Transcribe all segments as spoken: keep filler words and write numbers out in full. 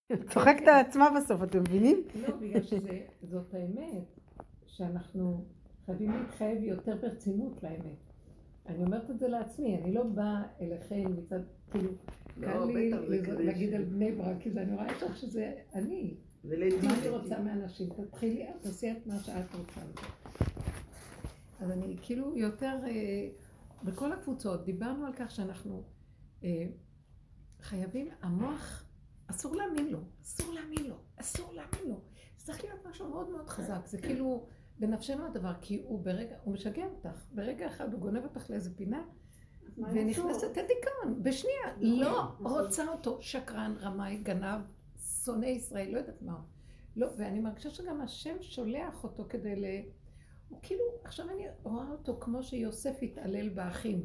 צוחקת על עצמה בסוף, אתם מבינים? לא, בגלל שזאת האמת, שאנחנו חייבים להתחייב יותר ברצינות לאמת. אני אומרת את זה לעצמי, אני לא באה אליכם מצד, כאילו, קל לי להגיד על בני ברק, כי אני רואה איך שזה אני. מה אני רוצה מאנשים? תתחילי, תעשי את מה שאת רוצה. אז אני כאילו יותר, בכל הקבוצות דיברנו על כך שאנחנו חייבים, המוח, אסור להאמין לו, אסור להאמין לו, אסור להאמין לו. זה צריך להיות משהו מאוד מאוד חזק, זה כאילו בנפשנו הדבר, כי הוא ברגע, הוא משגע אותך, ברגע אחד הוא גונב אותך לאיזה פינה, ונכנסת לדיכאון, בשנייה, לא רוצה אותו, שקרן, רמאי, גנב, שונא ישראל, לא יודעת מה. לא, ואני מרגישה שגם השם שולח אותו כדי ל... הוא כאילו, עכשיו אני רואה אותו כמו שיוסף התעלל באחים.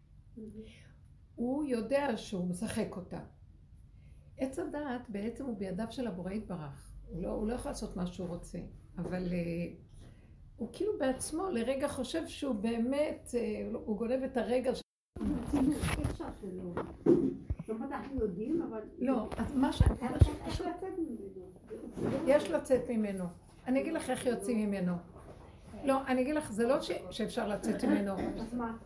הוא יודע שהוא משחק אותה. עץ הדעת בעצם הוא בידיו של הבורא יתברך. הוא לא, הוא לא יכול לעשות מה שהוא רוצה, אבל uh, הוא כאילו בעצמו לרגע חושב שהוא באמת, uh, הוא גונב את הרגע. אנחנו יודעים, אבל... לא, אז מה ש... יש לצאת ממנו. אני אגיד לך איך יוצאים ממנו. לא, אני אגיד לך, זה לא שאפשר לצאת ממנו. אז מה?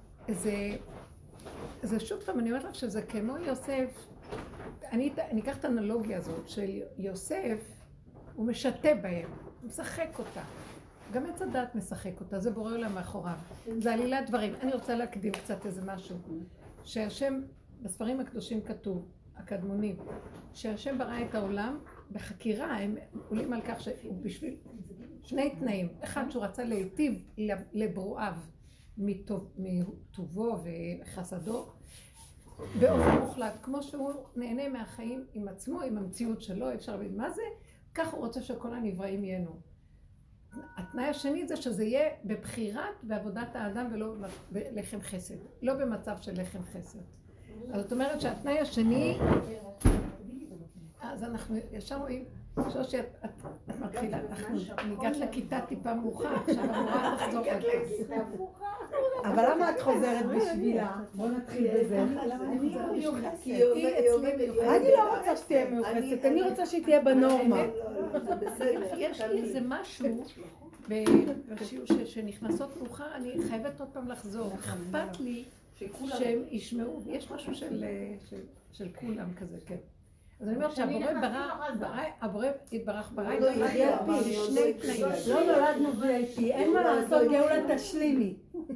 זה שוב פעם, אני אומרת לך שזה כמו יוסף. אני אקח את האנלוגיה הזאת של יוסף, הוא משתה בהם, הוא משחק אותה. גם עץ הדת משחק אותה, זה בורא עולם מאחוריו. זה עלילת דברים. אני רוצה להקדים קצת איזה משהו. שהשם, בספרים הקדושים כתוב, הקדמונים, שהשם ברא את העולם, בחקירה הם עולים על כך שהוא בשביל שני תנאים. אחד, שהוא רצה להיטיב לברואיו מטובו וחסדו, באופן מוחלט, כמו שהוא נהנה מהחיים עם עצמו, עם המציאות שלו, אפשר להבין מה זה, כך הוא רוצה שכל הנבראים ייהנו. התנאי השני זה שזה יהיה בבחירת ועבודת האדם ולא בלחם חסד, לא במצב של לחם חסד. אז זאת אומרת שהתנאי השני, אז אנחנו ישר רואים, עכשיו שאת מתחילה, אנחנו ניגעת לכיתה טיפה מאוחר, עכשיו המורה תחזור לכיתה. אבל למה את חוזרת בשבילה? בוא נתחיל בזה. אני לא רוצה שתהיה מיוחסת, אני רוצה שהיא תהיה בנורמה. יש לי איזה משהו בשיעור שנכנסות מאוחר, אני חייבת עוד פעם לחזור. אכפת לי שהם ישמעו, יש משהו של כולם כזה, כן. אז אני אומרת שהבורא ברא, הבורא יתברך ברא בשני תנאים. לא נולדנו וי איי פי, אין מה לעשות, גאולה תשלימי.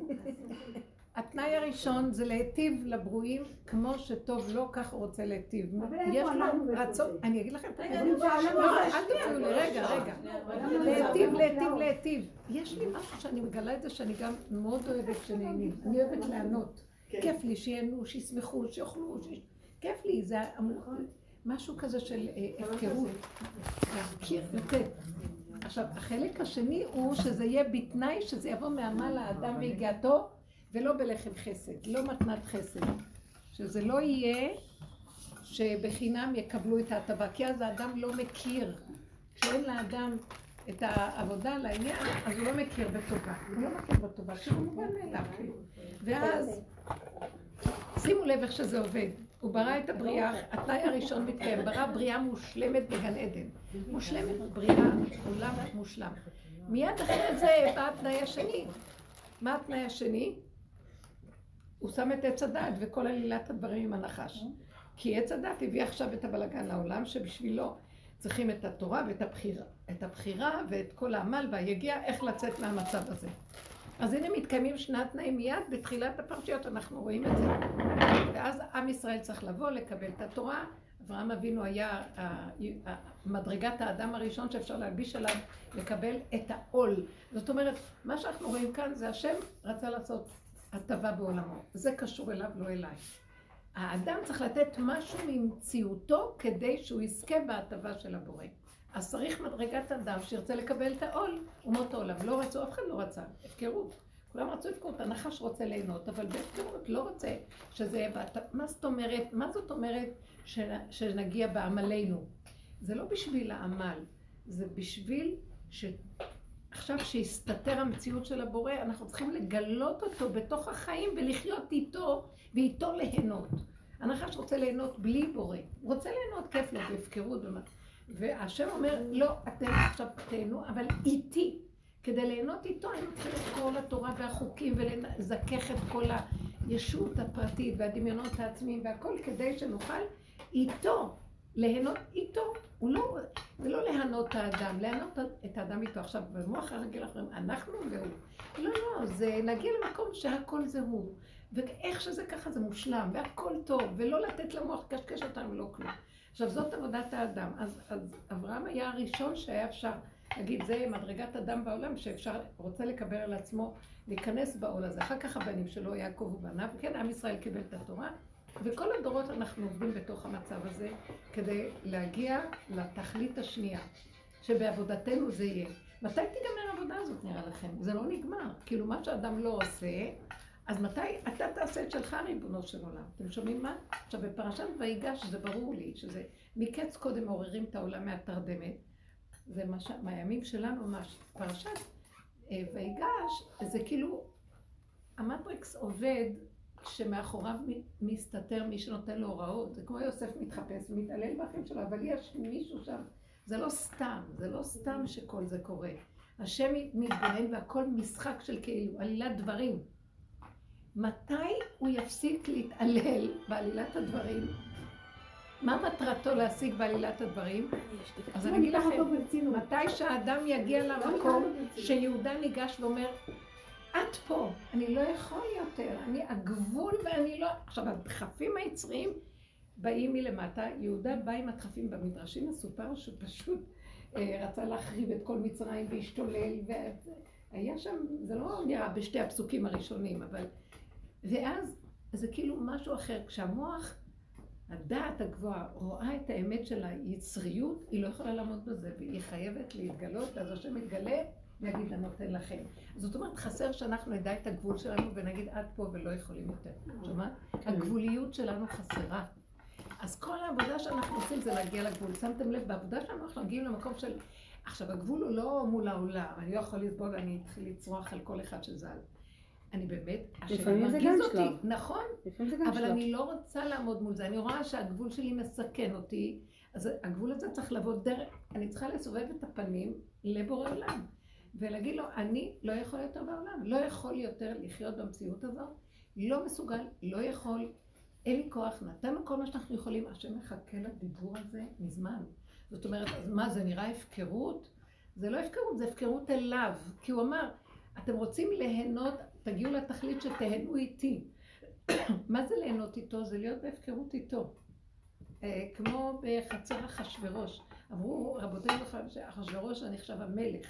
התנאי הראשון זה להיטיב לברואים כמו שטוב לא, כך הוא רוצה להיטיב. יש לו רצון, אני אגיד לכם, אל תפריעו לי, רגע, רגע. להיטיב, להיטיב, להיטיב. יש לי משהו שאני מגלה את זה שאני גם מאוד אוהבת שנהנים. אני אוהבת לענות. כיף לי שיהנו, שישמחו, שיאכלו, כיף לי, זה משהו כזה של הפקרות. להכיר, לתת. עכשיו, החלק השני הוא שזה יהיה בתנאי שזה יבוא מעמל האדם והגיעתו, ולא בלחם חסד, לא מתנת חסד. שזה לא יהיה שבחינם יקבלו את ההטבה, כי אז האדם לא מכיר. כשאין לאדם את העבודה לעניין, אז הוא לא מכיר בטובה. הוא לא מכיר בטובה, שהוא מובן מאליו. ואז, שימו לב איך שזה עובד. הוא ברא את הבריאה, התנאי הראשון מתקיים, ברא בריאה מושלמת בגן עדן. מושלמת, בריאה, עולם מושלם. מיד אחרי זה בא התנאי השני. מה התנאי השני? הוא שם את עץ הדת וכל עלילת הדברים עם הנחש. כי עץ הדת הביא עכשיו את הבלגן לעולם, שבשבילו צריכים את התורה ואת הבחירה, את הבחירה ואת כל העמל והיגיע, איך לצאת מהמצב הזה. אז הנה מתקיימים שני התנאים מיד, בתחילת הפרשיות אנחנו רואים את זה. ואז עם ישראל צריך לבוא, לקבל את התורה. אברהם אבינו היה מדרגת האדם הראשון שאפשר להלביש עליו, לקבל את העול. זאת אומרת, מה שאנחנו רואים כאן זה השם רצה לעשות הטבה בעולמו. זה קשור אליו, לא אליי. האדם צריך לתת משהו ממציאותו כדי שהוא יזכה בהטבה של הבורא. אז צריך מדרגת אדם שירצה לקבל את העול, אומות העולם. לא רצו, אף אחד לא רצה, הפקרות. כולם רצו הפקרות, הנחש רוצה ליהנות, אבל בהפקרות לא רוצה שזה יהיה בהטבה. מה זאת אומרת, מה זאת אומרת שנגיע בעמלנו? זה לא בשביל העמל, זה בשביל ש... עכשיו שהסתתר המציאות של הבורא, אנחנו צריכים לגלות אותו בתוך החיים ולחיות איתו ואיתו ליהנות. הנחש רוצה ליהנות בלי בורא. הוא רוצה ליהנות כיף לו בהפקרות. והשם אומר, לא, אתם עכשיו תהנו, אבל איתי. כדי ליהנות איתו, אני מתחיל את כל התורה והחוקים ולזכך את כל הישות הפרטית והדמיונות העצמיים והכל, כדי שנוכל איתו, ליהנות איתו. הוא לא, זה לא להנות את האדם, להנות את האדם איתו. עכשיו, במוח הרגיל אחרים, אנחנו והוא. לא, לא, זה להגיע למקום שהכל זה הוא. ואיך שזה ככה זה מושלם, והכל טוב, ולא לתת למוח קשקש אותם ולא כלום. עכשיו, זאת עבודת האדם. אז, אז אברהם היה הראשון שהיה אפשר להגיד, זה מדרגת אדם בעולם שאפשר, רוצה לקבל על עצמו, להיכנס בעול הזה. אחר כך הבנים שלו, יעקב ובניו, כן, עם ישראל קיבל את התורה, וכל הדורות אנחנו עובדים בתוך המצב הזה, כדי להגיע לתכלית השנייה, שבעבודתנו זה יהיה. מתי תיגמר העבודה הזאת, נראה לכם? זה לא נגמר. כאילו, מה שאדם לא עושה, אז מתי אתה תעשה את שלך, ריבונו של עולם? אתם שומעים מה? עכשיו, בפרשת ויגש, זה ברור לי, שזה מקץ קודם מעוררים את העולם מהתרדמת, זה מש... מהימים שלנו, מש... פרשת ויגש, זה כאילו, המטריקס עובד שמאחוריו מסתתר מי שנותן לו הוראות. זה כמו יוסף מתחפש ומתעלל באחים שלו, אבל יש מישהו שם. זה לא סתם, זה לא סתם שכל זה קורה. השם מתגונן והכל משחק של כאילו, עלילת דברים. מתי הוא יפסיק להתעלל בעלילת הדברים? מה מטרתו להשיג בעלילת הדברים? אז אני אגיד לכם, מתי שהאדם יגיע למקום שיהודה ניגש ואומר, את פה, אני לא יכול יותר, אני הגבול ואני לא... עכשיו, הדחפים היצריים באים מלמטה, יהודה בא עם הדחפים במדרשים, מסופר שפשוט אה, רצה להחריב את כל מצרים והשתולל, והיה שם, זה לא נראה בשתי הפסוקים הראשונים, אבל... ואז זה כאילו משהו אחר, כשהמוח, הדעת הגבוהה, רואה את האמת של היצריות, היא לא יכולה לעמוד בזה, והיא חייבת להתגלות, אז השם מתגלה, ויגיד, אני נותן לכם. זאת אומרת, חסר שאנחנו נדע את הגבול שלנו, ונגיד עד פה ולא יכולים יותר. שומעת? הגבוליות שלנו חסרה. אז כל העבודה שאנחנו עושים זה להגיע לגבול. שמתם לב, בעבודה שלנו אנחנו מגיעים למקום של... עכשיו, הגבול הוא לא מול העולם, אני לא יכול לסבול ואני אתחיל לצרוח על כל אחד שזל. אני באמת, השם מרגיז אותי, נכון? אבל אני לא רוצה לעמוד מול זה, אני רואה שהגבול שלי מסכן אותי, אז הגבול הזה צריך לבוא דרך, אני צריכה לסובב את הפנים לבורא עולם, ולהגיד לו, אני לא יכול יותר בעולם, לא יכול יותר לחיות במציאות הזאת, לא מסוגל, לא יכול, אין לי כוח, נתנו כל מה שאנחנו יכולים, השם מחכה לדיבור הזה מזמן. זאת אומרת, אז מה, זה נראה הפקרות? זה לא הפקרות, זה הפקרות אליו, כי הוא אמר, אתם רוצים ליהנות, תגיעו לתכלית שתהנו איתי. מה זה ליהנות איתו? זה להיות בהפקרות איתו. כמו בחצר אחשוורוש. אמרו רבותינו שאחשוורוש נחשב המלך.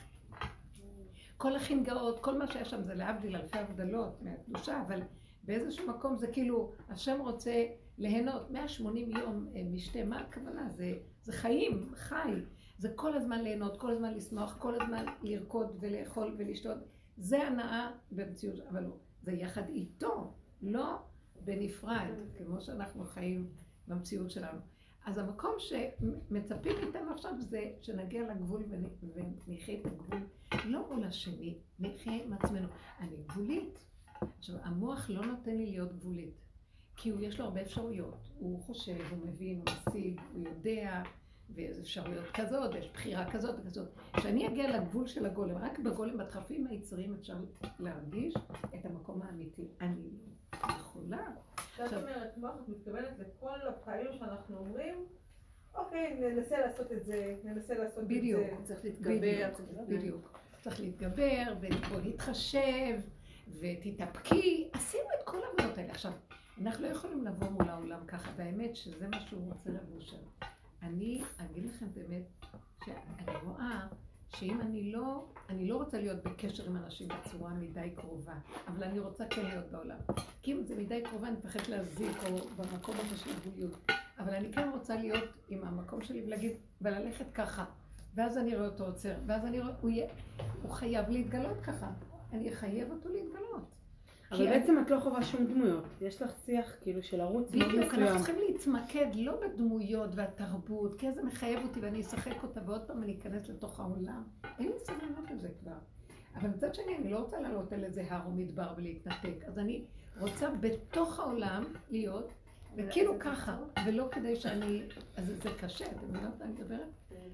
כל החנגאות, כל מה שהיה שם זה להבדיל אלפי הבדלות מהקדושה, אבל באיזשהו מקום זה כאילו, השם רוצה ליהנות מאה ושמונים יום משתה. מה הכוונה? זה, זה חיים, חי. זה כל הזמן ליהנות, כל הזמן לשמוח, כל הזמן לרקוד ולאכול ולשתות. זה הנאה במציאות, אבל לא, זה יחד איתו, לא בנפרד, כמו שאנחנו חיים במציאות שלנו. אז המקום שמצפים איתנו עכשיו זה שנגיע לגבול ונחיה את הגבול, לא מול השני, נחיה עם עצמנו. אני גבולית. עכשיו, המוח לא נותן לי להיות גבולית, כי הוא יש לו הרבה אפשרויות. הוא חושב, הוא מבין, הוא משיג, הוא יודע, ויש אפשרויות כזאת, יש בחירה כזאת וכזאת. כשאני אגיע לגבול של הגולם, רק בגולם, בדחפים היצריים אפשר להרגיש את המקום האמיתי. אני יכולה. זאת אומרת, מוח, את מתכוונת לכל הפעמים שאנחנו אומרים, אוקיי, ננסה לעשות את זה, ננסה לעשות את זה. בדיוק, צריך להתגבר. בדיוק, צריך להתגבר, ובוא נתחשב, ותתאפקי. עשינו את כל העבודות האלה. עכשיו, אנחנו לא יכולים לבוא מול העולם ככה, והאמת שזה מה שהוא רוצה לבוא שם. אני אגיד לכם באמת שאני רואה שאם אני לא, אני לא רוצה להיות בקשר עם אנשים בצורה מדי קרובה, אבל אני רוצה כן להיות בעולם. כי אם זה מדי קרובה אני מפחדת להזיק או במקום הזה של גבוליות. אבל אני כן רוצה להיות עם המקום שלי ולהגיד, וללכת ככה. ואז אני רואה אותו עוצר, ואז אני רואה, הוא, יהיה, הוא חייב להתגלות ככה. אני אחייב אותו להתגלות. אבל בעצם את לא חובה שום דמויות, יש לך שיח כאילו של ערוץ מאוד מסוים. בדיוק, אנחנו צריכים להתמקד לא בדמויות והתרבות, כי זה מחייב אותי ואני אשחק אותה ועוד פעם אני אכנס לתוך העולם. אין לי סבלנות לזה כבר. אבל מצד שני, אני לא רוצה לעלות על איזה הר או מדבר ולהתנתק. אז אני רוצה בתוך העולם להיות, וכאילו ככה, ולא כדי שאני, אז זה קשה, אתם מבינות מה אני מדברת?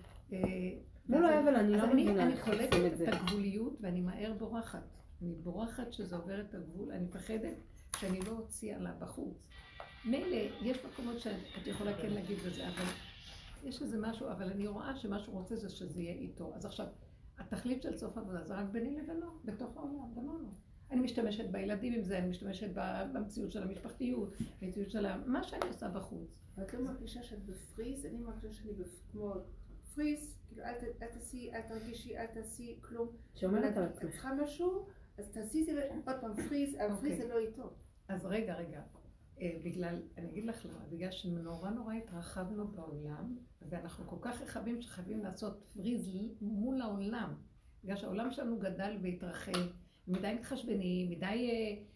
מול האבל אני לא מבינה. אני חולקת את הגבוליות ואני מהר בורחת. אני בורחת שזה עובר את הגבול, אני מפחדת שאני לא אוציא עליו בחוץ. מילא, יש מקומות שאת יכולה כן להגיד בזה, אבל יש איזה משהו, אבל אני רואה שמה שהוא רוצה זה שזה יהיה איתו. אז עכשיו, התכלית של סוף עבודה זה רק ביני לבינו, בתוך העולם, גמרנו. אני משתמשת בילדים עם זה, אני משתמשת במציאות של המשפחתיות, במציאות של מה שאני עושה בחוץ. ואת לא מרגישה שאת בפריז, אני מרגישה שאני כמו פריז, כאילו אל תעשי, אל תרגישי, אל תעשי כלום. שאומרת על עצמך. את צריכה משהו, אז תעשי זה עוד פעם פריז, אבל פריז זה לא איתו. אז רגע, רגע, בגלל, אני אגיד לך למה, בגלל שנורא נורא התרחבנו בעולם, ואנחנו כל כך רחבים שחייבים לעשות פריז מול העולם, בגלל שהעולם שלנו גדל והתרחב, מדי מתחשבנים, מדי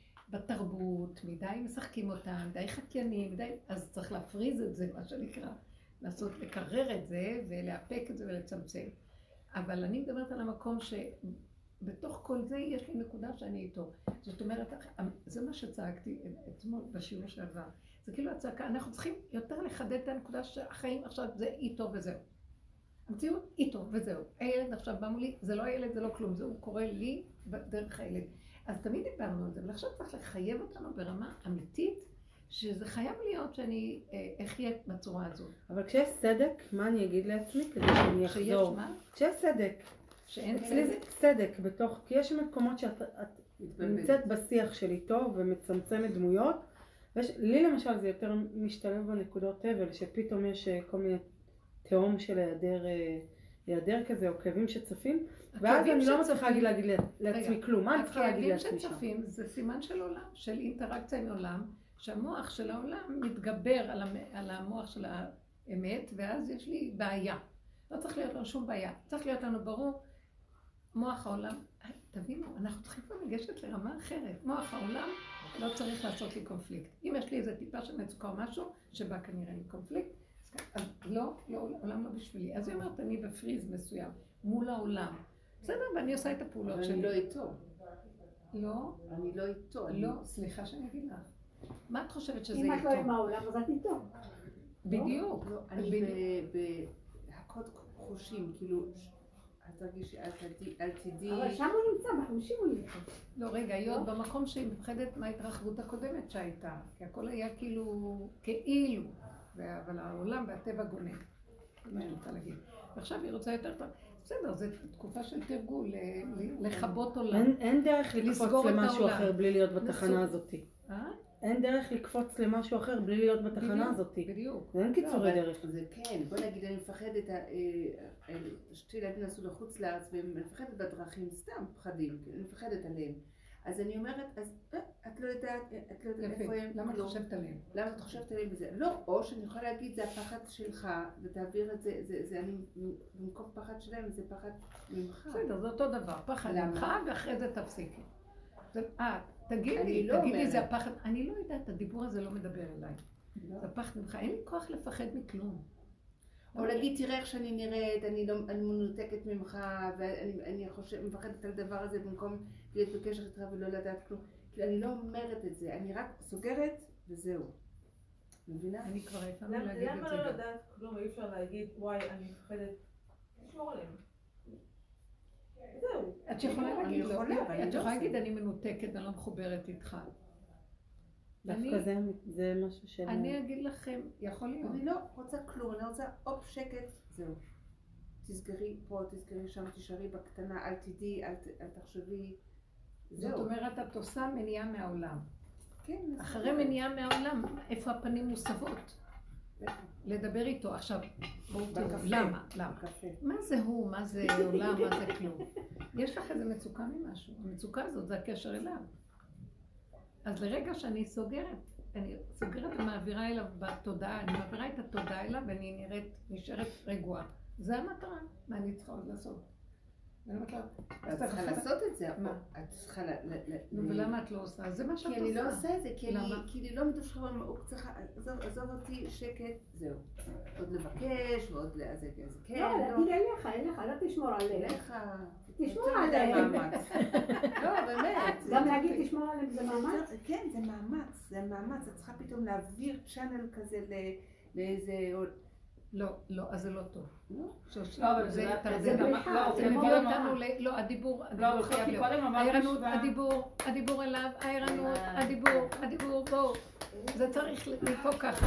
בתרבות, מדי משחקים אותם, מדי חקיינים, מדי... אז צריך להפריז את זה, מה שנקרא, לעשות, לקרר את זה ולהפק את זה ולצמצם. אבל אני מדברת על המקום שבתוך כל זה יש לי נקודה שאני איתו. זאת אומרת, זה מה שצעקתי אתמול בשיעור שעבר. זה כאילו הצעקה, אנחנו צריכים יותר לחדד את הנקודה שהחיים עכשיו זה איתו וזהו. המציאות איתו וזהו. הילד עכשיו בא מולי, זה לא הילד, זה לא כלום, זה הוא קורא לי בדרך הילד. אז תמיד דיברנו על זה, אבל עכשיו צריך לחייב אותנו ברמה אמיתית, שזה חייב להיות שאני אחיה בצורה הזאת. אבל כשיש צדק, מה אני אגיד לעצמי כדי שאני אחזור? כשיש מה? כשיש צדק. שאין אצלי זה צדק בתוך, כי יש מקומות שאת נמצאת בשיח של איתו ומצמצמת דמויות, לי למשל זה יותר משתלב בנקודות אבל, שפתאום יש כל מיני תהום של היעדר, היעדר כזה, או כאבים שצפים, ואז אני לא מצליחה להגיד לעצמי כלום. מה אני צריכה להגיד לעצמי שם? הכאבים שצפים זה סימן של עולם, של אינטראקציה עם עולם, שהמוח של העולם מתגבר על המוח של האמת, ואז יש לי בעיה. לא צריך להיות לנו שום בעיה. צריך להיות לנו ברור, מוח העולם, תבינו, אנחנו צריכים כבר לגשת לרמה אחרת. מוח העולם לא צריך לעשות לי קונפליקט. אם יש לי איזה טיפה של מצוקה או משהו, שבא כנראה לי קונפליקט, אז לא, לא, עולם לא בשבילי. אז היא אומרת, אני בפריז מסוים, מול העולם. בסדר, ואני עושה את הפעולות שלי. אבל אני לא איתו. לא? אני לא איתו. לא, סליחה שאני אגיד לך. מה את חושבת שזה איתו? אם את לא עם העולם, אז את איתו. בדיוק. אני בהקות חושים, כאילו, אל תרגישי, אל תדעי. אבל שם הוא נמצא, בחושים הוא נמצא. לא, רגע, היות במקום שהיא מפחדת מההתרחבות הקודמת שהייתה, כי הכל היה כאילו, כאילו. אבל העולם והטבע גונן, מה אני רוצה להגיד. ועכשיו היא רוצה יותר טוב. בסדר, זו תקופה של תרגול, לכבות עולם. אין דרך לקפוץ למשהו אחר בלי להיות בתחנה הזאת. אין דרך לקפוץ למשהו אחר בלי להיות בתחנה הזאת. בדיוק. אין קיצורי דרך. זה כן, בוא נגיד, אני מפחדת, שתי ילדים נסעו לחוץ לארץ, ואני מפחדת בדרכים, סתם פחדים, אני מפחדת עליהם. אז אני אומרת, אז את לא יודעת, את לא יודעת איפה הם. למה את חושבת עליהם? למה את חושבת עליהם בזה? לא, או שאני יכולה להגיד, זה הפחד שלך, ותעביר את זה, זה אני, במקום פחד שלהם, זה פחד ממך. בסדר, זה אותו דבר, פחד ממך, ואחרי זה תפסיקי. אה, תגידי, לא תגידי, זה הפחד, אני לא יודעת, הדיבור הזה לא מדבר אליי. זה הפחד ממך, אין לי כוח לפחד מכלום. או להגיד, תראה איך שאני נראית, אני מנותקת ממך, ואני מפחדת על הדבר הזה במקום להיות בקשר איתך ולא לדעת כלום. אני לא אומרת את זה, אני רק סוגרת וזהו. מבינה? אני כבר הייתה להגיד את זה. למה לא לדעת כלום, אי אפשר להגיד, וואי, אני מפחדת לשמור עליהם. זהו. את יכולה להגיד, את יכולה להגיד, אני מנותקת, אני לא מחוברת איתך. דווקא זה משהו של... אני אגיד לכם, יכול להיות. אני לא רוצה כלום, אני רוצה אופ שקט, זהו. תסגרי פה, תסגרי שם, תשארי בקטנה, אל תדעי, אל תחשבי. זאת אומרת, את עושה מניעה מהעולם. כן. אחרי מניעה מהעולם, איפה הפנים מוסבות? לדבר איתו. עכשיו, בואו תראו, למה? למה? מה זה הוא? מה זה עולם? מה זה כלום? יש לך איזה מצוקה ממשהו. המצוקה הזאת זה הקשר אליו. אז לרגע שאני סוגרת, אני סוגרת ומעבירה אליו בתודעה, אני מעבירה את התודעה אליו ואני נראית, נשארת רגועה. זה המטרה, מה אני צריכה עוד לעשות? את צריכה לעשות את זה, את צריכה ל... נו, ולמה את לא עושה? זה מה שאת עושה. כי אני לא עושה את זה, כי אני לא מדושכבה, הוא צריכה, עזוב אותי שקט, זהו. עוד לבקש, ועוד לזה, זה כן. לא, להגיד אליך, אליך, לא תשמור עליהם. אליך. תשמור עליהם. לא, באמת. גם להגיד תשמור עליהם זה מאמץ? כן, זה מאמץ, זה מאמץ. את צריכה פתאום להעביר צ'אנל כזה לאיזה... לא, לא, אז זה לא טוב. לא, אבל זה מביא אותנו ל... לא, הדיבור, הדיבור חייב להיות. הערנות, הדיבור, הדיבור אליו, הערנות, הדיבור, הדיבור, בואו. זה צריך לפה ככה.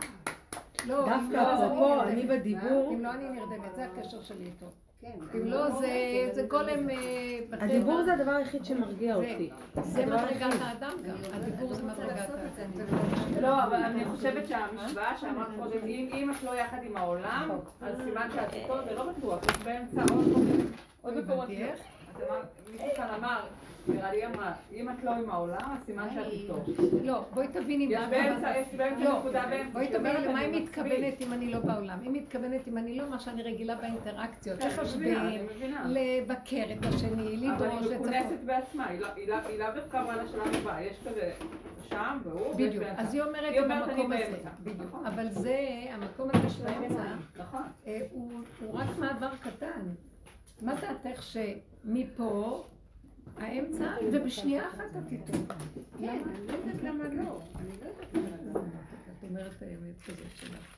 דווקא אפרופו, אני בדיבור... אם לא, אני נרדמת, זה הקשר שלי איתו. אם לא, זה גולם בטבע. הדיבור זה הדבר היחיד שמרגיע אותי. זה מדרגת האדם גם. הדיבור זה מדרגת האדם. לא, אבל אני חושבת שהמשוואה שאמרת קודם, אם את לא יחד עם העולם, אז סימן שאת איתו, זה לא בטוח. יש באמצע עוד מקומות. מישהו כאן אמר, נראה לי אמרה, אם את לא עם העולם, אז סימן שאת איתו. לא, בואי תביני מה... יש באמצע, יש באמצע נקודה באמצע. בואי תביני למה היא מתכוונת אם אני לא בעולם. היא מתכוונת אם אני לא מה שאני רגילה באינטראקציות. לחשבים, לבקר את השני, לדרוש את זה. אבל היא מכונסת בעצמה, היא לאו דווקא בעלה שלנו בה, יש כזה שם והוא, בדיוק, אז היא אומרת במקום הזה. בדיוק, אבל זה, המקום הזה של האמצע, הוא רק מעבר קטן. מה דעתך שמפה האמצע, ובשנייה אחת את איתו? כן, אני לא יודעת למה לא. אני לא יודעת למה לא. את אומרת האמת כזאת שלך.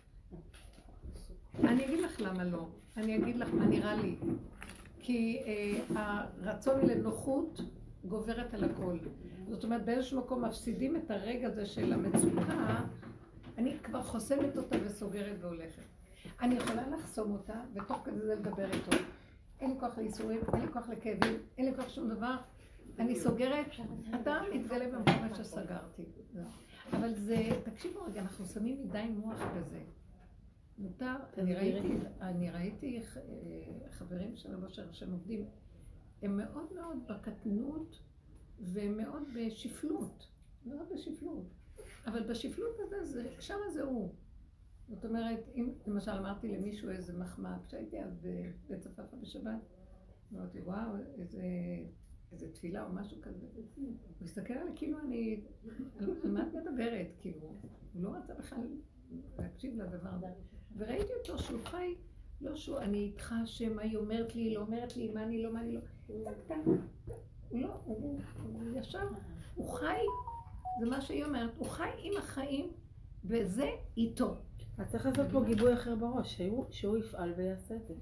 אני אגיד לך למה לא. אני אגיד לך מה נראה לי. כי הרצון לנוחות גוברת על הכל. זאת אומרת, באיזשהו מקום מפסידים את הרגע הזה של המצוקה, אני כבר חוסמת אותה וסוגרת והולכת. אני יכולה לחסום אותה, ותוך כדי זה לדבר איתו. אין לי כוח לייסורים, אין לי כוח לכאבים, אין לי כוח שום דבר. אני סוגרת, אתה מתגלה במקום שסגרתי. אבל זה, תקשיבו רגע, אנחנו שמים מדי מוח בזה. מותר, אני ראיתי, אני ראיתי חברים שלנו שהם עובדים, הם מאוד מאוד בקטנות והם מאוד בשפלות, מאוד בשפלות. אבל בשפלות הזה, שם זה הוא. זאת אומרת, אם למשל אמרתי למישהו איזה מחמאה, כשהייתי אז בצפפה בשבת, אמרתי, וואו, איזה, איזה תפילה או משהו כזה. הוא מסתכל עלי כאילו אני, על מה את מדברת? כאילו, הוא לא רצה בכלל להקשיב לדבר הזה. וראיתי אותו שהוא חי, לא שהוא, אני איתך שמה היא אומרת לי, לא אומרת לי, מה אני לא, מה אני לא. הוא לא, הוא, הוא ישר, הוא חי, זה מה שהיא אומרת, הוא חי עם החיים, וזה איתו. את צריך לעשות פה גיבוי אחר בראש, שהוא יפעל ויעשה את זה.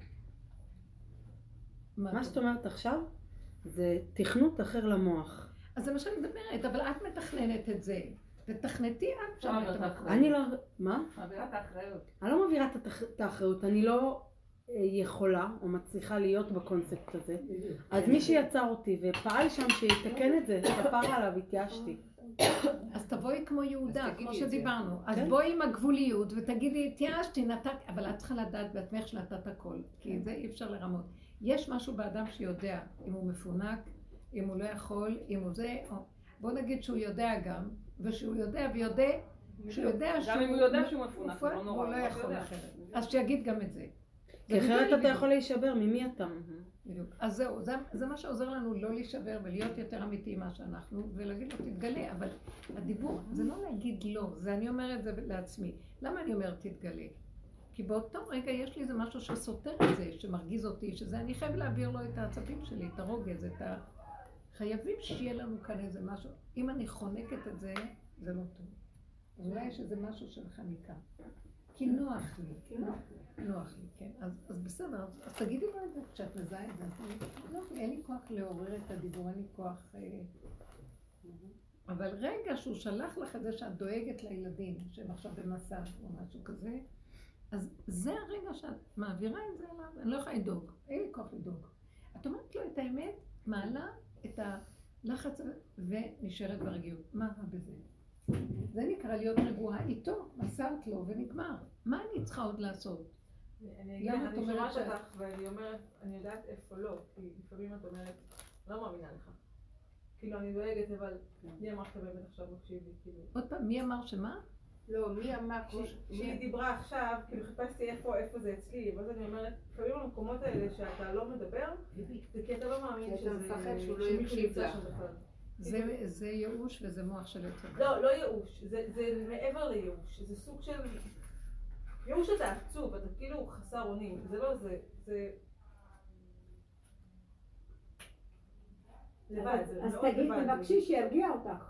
מה שאת אומרת עכשיו, זה תכנות אחר למוח. אז זה מה שאני מדברת, אבל את מתכננת את זה. ותכנתי את שם את המקום. אני לא... מה? מעבירה את האחריות. אני לא מעבירה את האחריות, אני לא יכולה או מצליחה להיות בקונספט הזה. אז מי שיצר אותי ופעל שם שיתקן את זה, כפר עליו, התייאשתי. אז תבואי כמו יהודה, כמו שדיברנו. אז בואי עם הגבוליות ותגידי, התייאשתי, נתת... אבל את צריכה לדעת בעצמך שנתת הכל, כי זה אי אפשר לרמות. יש משהו באדם שיודע אם הוא מפונק, אם הוא לא יכול, אם הוא זה... בוא נגיד שהוא יודע גם, ושהוא יודע ויודע, שהוא יודע שהוא... גם אם הוא יודע שהוא מפונק, הוא לא נורא, הוא לא יכול אחרת. אז שיגיד גם את זה. כי אחרת אתה יכול להישבר, ממי אתה? בדיוק. אז זהו, זה מה שעוזר לנו לא להישבר ולהיות יותר אמיתי מה שאנחנו, ולהגיד לו תתגלה, אבל הדיבור זה לא להגיד לא, זה אני אומרת זה לעצמי. למה אני אומרת תתגלה? כי באותו רגע יש לי איזה משהו שסותר את זה, שמרגיז אותי, שזה אני חייב להעביר לו את העצבים שלי, את הרוגז, את ה... חייבים שיהיה לנו כאן איזה משהו. אם אני חונקת את זה, זה לא טוב. אולי יש איזה משהו של חניקה. כי נוח לי. נוח לי, כן. אז, אז בסדר, אז, אז תגידי לו את זה כשאת מזהה את זה. לא, אין לי כוח לעורר את הדיבור, אין לי כוח... אה... אבל רגע שהוא שלח לך את זה שאת דואגת לילדים, שהם עכשיו במסע או משהו כזה, אז זה הרגע שאת מעבירה את זה אליו, אני לא יכולה לדאוג, אין לי כוח לדאוג. את אומרת לו את האמת, מעלה את הלחץ ונשארת ברגיעות. מה רע בזה? זה נקרא להיות רגועה איתו, מסרת לו ונגמר. מה אני צריכה עוד לעשות? אני שומעת אותך ואני אומרת, אני יודעת איפה לא, כי לפעמים את אומרת, לא מאמינה לך. כאילו אני דואגת, אבל מי אמר שאתה באמת עכשיו מקשיב לי? עוד פעם, מי אמר שמה? לא, מי אמר? שהיא דיברה עכשיו, כאילו חיפשתי איפה זה אצלי, ואז אני אומרת, לפעמים במקומות האלה שאתה לא מדבר, זה כי אתה לא מאמין שאתה מפחד שהוא לא יקשיב לך. זה ייאוש וזה מוח של יוצא. לא, לא ייאוש, זה מעבר לייאוש, זה סוג של... ייאוש אתה עצוב, אתה כאילו חסר אונים, זה לא זה, זה... לבד, זה מאוד לבד. אז תגיד, תבקשי שירגיע אותך.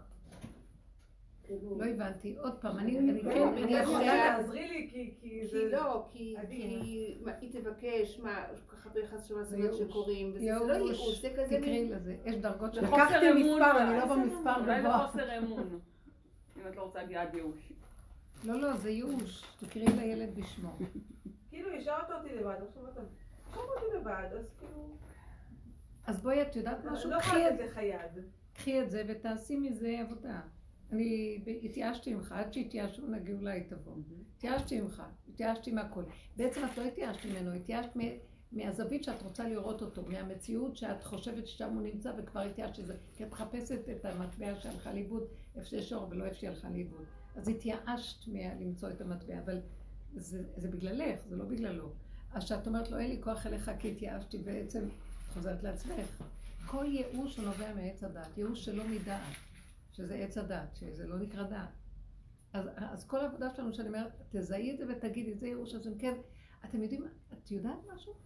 לא הבנתי, עוד פעם, אני כן, אני יכולה... תעזרי לי כי זה... כי לא, כי היא תבקש, מה, ככה ביחס של מעצמות שקורים, וזה לא ייאוש, זה כזה... תקראי לזה, יש דרגות של... לקחתי מספר, אני לא במספר אולי זה גבוה. חוסר אמון, אם את לא רוצה להגיע עד ייאוש. לא, לא, זה ייאוש, תקראי לילד בשמו. כאילו, השארת אותי לבד, עכשיו אתה... השארת אותי לבד, אז כאילו... אז בואי, את יודעת משהו? לא יכולה לתת לך יד. קחי את זה ותעשי מזה עבודה. אני התייאשתי ממך, עד שהתייאשו נגיעו לה תבוא. התייאשתי ממך, התייאשתי מהכל. בעצם את לא התייאשת ממנו, התייאשת מהזווית שאת רוצה לראות אותו, מהמציאות שאת חושבת ששם הוא נמצא וכבר התייאשת את זה. כי את מחפשת את המטבע שהלכה לאיבוד, איפה שיש אור ולא איפה שהלכה לאיבוד. אז התייאשת למצוא את המטבע, אבל זה, זה בגללך, זה לא בגללו. אז שאת אומרת לו, אין לי כוח אליך כי התייאשתי, בעצם חוזרת לעצמך. כל ייאוש הוא נובע מעץ הדעת, ייאוש שלא מדעת. שזה עץ הדת, שזה לא נקרא דת. אז, אז כל העבודה שלנו שאני אומרת, תזהי את זה ותגידי, זה ייאוש, אז אם כן, אתם יודעים, את יודעת משהו?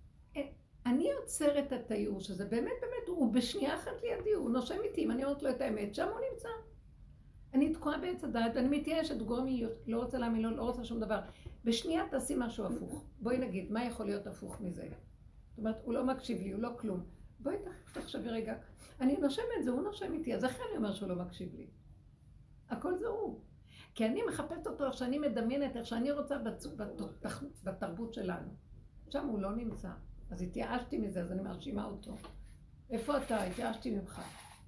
אני עוצרת את הייאוש הזה, באמת, באמת, הוא בשנייה אחת לידי, הוא נושם איתי, אם אני אומרת לו את האמת, שם הוא נמצא. אני תקועה בעץ הדת, ואני מתייאשת, גורמי לא רוצה להאמין לו, לא רוצה שום דבר. בשנייה תעשי משהו הפוך. בואי נגיד, מה יכול להיות הפוך מזה? זאת אומרת, הוא לא מקשיב לי, הוא לא כלום. בואי תחשבי רגע. אני נושם את זה, הוא נושם איתי, אז איך אני אומר שהוא לא מקשיב לי? הכל זה הוא. כי אני מחפשת אותו איך שאני מדמיינת, איך שאני רוצה בתרבות שלנו. שם הוא לא נמצא. אז התייאשתי מזה, אז אני מאשימה אותו. איפה אתה? התייאשתי ממך.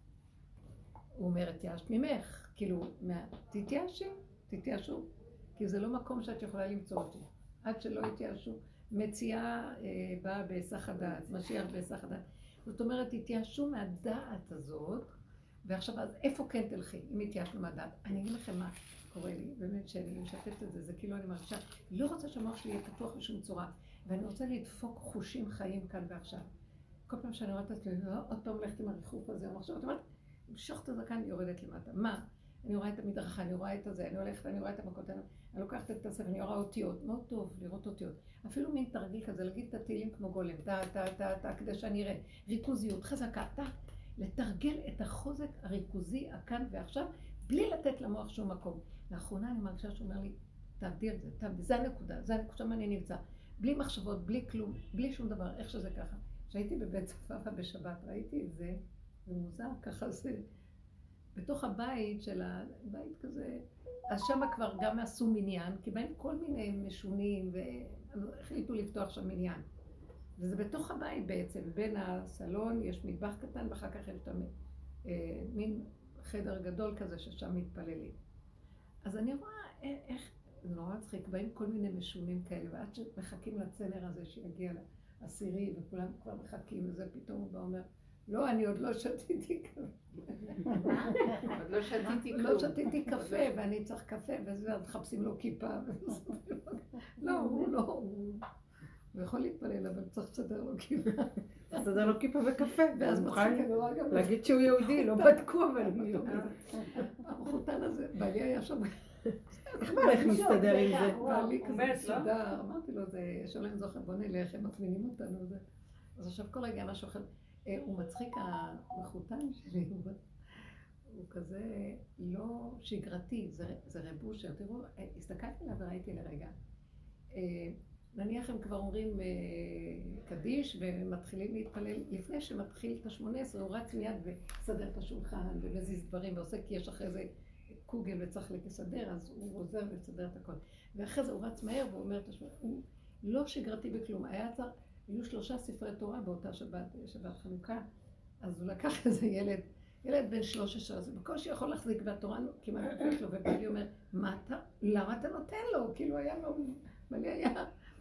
הוא אומר, התייאשת ממך. כאילו, תתייאשי, תתייאשו. כי זה לא מקום שאת יכולה למצוא אותי. עד שלא התייאשו. מציאה באה בהיסח הדעת, משיח בהיסח הדעת. זאת אומרת, התייאשו מהדעת הזאת, ועכשיו, אז איפה כן תלכי, אם התייאשנו מהדעת? אני אגיד לכם מה קורה לי, באמת שאני משתפת את זה, זה כאילו אני מרגישה, לא רוצה שהמוח שלי יהיה פתוח בשום צורה, ואני רוצה לדפוק חושים חיים כאן ועכשיו. כל פעם שאני רואה את עצמי, עוד פעם הולכת עם הריחוף הזה, או מחשב, את אומרת, משוך את הזקן, אני יורדת למטה. מה? אני רואה את המדרכה, אני רואה את הזה, אני הולכת ואני רואה את המכות, אני לוקחת את הספר, אני רואה אותיות, מאוד טוב לראות אותיות. אפילו מין תרגיל כזה, להגיד את התהילים כמו גולם, טה, טה, טה, טה, כדי שאני אראה. ריכוזיות, חזקה, טה, לתרגל את החוזק הריכוזי, הכאן ועכשיו, בלי לתת למוח שום מקום. לאחרונה אני מרגישה שאומר לי, תעבדי את זה, תעבדי, זה הנקודה, זה הנקודה מה אני נמצא. בלי מחשבות, בלי כלום, בלי שום דבר, איך שזה ככה. כשהייתי בבית צפאפא בשבת, ראיתי את זה, זה מוזר, ככה זה. בתוך הבית של הבית כזה, אז שם כבר גם עשו מניין, כי בהם כל מיני משונים, והחליטו לפתוח שם מניין. וזה בתוך הבית בעצם, בין הסלון יש מטבח קטן, ואחר כך יש שם אה, מין חדר גדול כזה ששם מתפללים. אז אני רואה איך, זה נורא מצחיק, באים כל מיני משונים כאלה, ועד שמחכים לצנר הזה שיגיע לעשירי, וכולם כבר מחכים, וזה פתאום הוא בא אומר, לא, אני עוד לא שתיתי קפה. עוד לא שתיתי כלום. לא שתיתי קפה, ואני צריך קפה, וזה, אז מחפשים לו כיפה. לא, הוא לא, הוא יכול להתפלל, אבל צריך לסדר לו כיפה. לסדר לו כיפה וקפה, ואז מוכן מצחיק, להגיד שהוא יהודי, לא בדקו, אבל הוא יהודי. החותן הזה, בעלי היה שם. איך בעלך מסתדר עם זה? בעלי כזה מסודר, אמרתי לו, יש עולם זוכר, בוא נלך, הם מזמינים אותנו. אז עכשיו כל רגע משהו אחר. הוא מצחיק, המחותן שלי, הוא כזה לא שגרתי, זה רבושר. תראו, הסתכלתי עליו וראיתי לרגע. נניח הם כבר אומרים קדיש ומתחילים להתפלל, לפני שמתחיל את השמונה עשרה, הוא רץ מיד וסדר את השולחן ומזיז דברים ועושה, כי יש אחרי זה קוגל וצריך לסדר, אז הוא עוזר לסדר את הכל. ואחרי זה הוא רץ מהר והוא אומר את השמונה, הוא לא שגרתי בכלום, היה צריך, היו שלושה ספרי תורה באותה שבת, שבת חנוכה, אז הוא לקח איזה ילד, ילד בן שלוש עשרה, זה בקושי יכול להחזיק, והתורה כמעט נפק לו, ובעלי אומר, מה אתה, למה אתה נותן לו? כאילו היה לו, בעלי היה.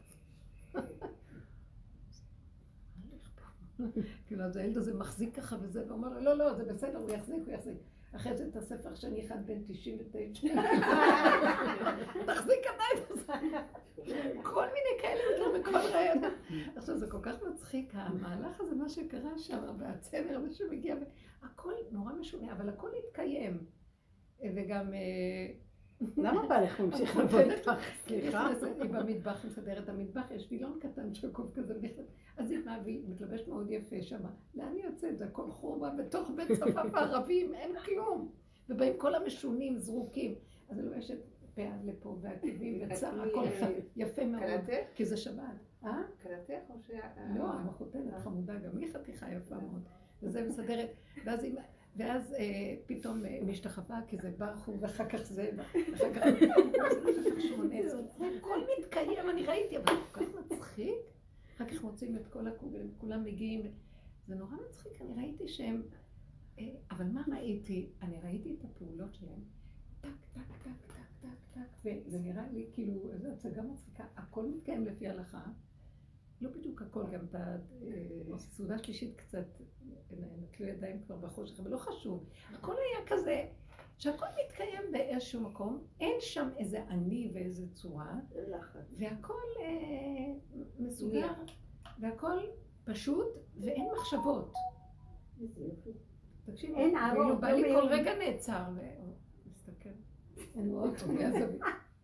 כאילו, אז הילד הזה מחזיק ככה וזה, ואומר לו, לא, לא, זה בסדר, הוא יחזיק, הוא יחזיק. אחרי זה את הספר שאני אחד בן תשעים ותשע. תחזיק עדיין את זה. כל מיני כאלה יותר בכל רעיון. עכשיו זה כל כך מצחיק, המהלך הזה, מה שקרה שם, והצמר הזה שמגיע, הכל נורא משונה, אבל הכל התקיים. וגם... למה בא לך ממשיך לבוא איתך? סליחה? היא במטבח, מסדרת המטבח, יש וילון קטן שקוף כזה, אז היא מתלבשת מאוד יפה שם. לאן היא יוצאת? זה הכל חורבה בתוך בית צפף הערבים, אין כלום. ובאים כל המשונים, זרוקים. אז אני לובשת פאה לפה, ועקבים, וצער, הכל יפה מאוד. כי זה שבת. אה? קלטך או ש... לא, המחותנת חמודה, גם היא חתיכה יפה מאוד. וזה מסדרת, ואז היא... ואז אה, פתאום אה, משתחווה, כי זה ברחו, ואחר כך זה, ואחר כך שמונה עשרה, הכל מתקיים, אני ראיתי, אבל כל כך מצחיק. אחר כך מוצאים את כל הקוגלים, כולם מגיעים, זה נורא מצחיק, אני ראיתי שהם, אה, אבל מה ראיתי? אני ראיתי את הפעולות שלהם, טק, טק, טק, טק, טק, טק, וזה נראה לי כאילו, איזו הצגה מצחיקה, הכל מתקיים לפי הלכה. לא בדיוק הכל, גם את הסעודה שלישית קצת נטלו ידיים כבר בחושך, אבל לא חשוב. הכל היה כזה, שהכל מתקיים באיזשהו מקום, אין שם איזה אני ואיזה צורה, והכל אה, מסודר, והכל פשוט, ואין מחשבות. תקשיב, אין ערות, בא לי כל רגע נעצר, ומסתכל, אני רואה אותו מהזווית.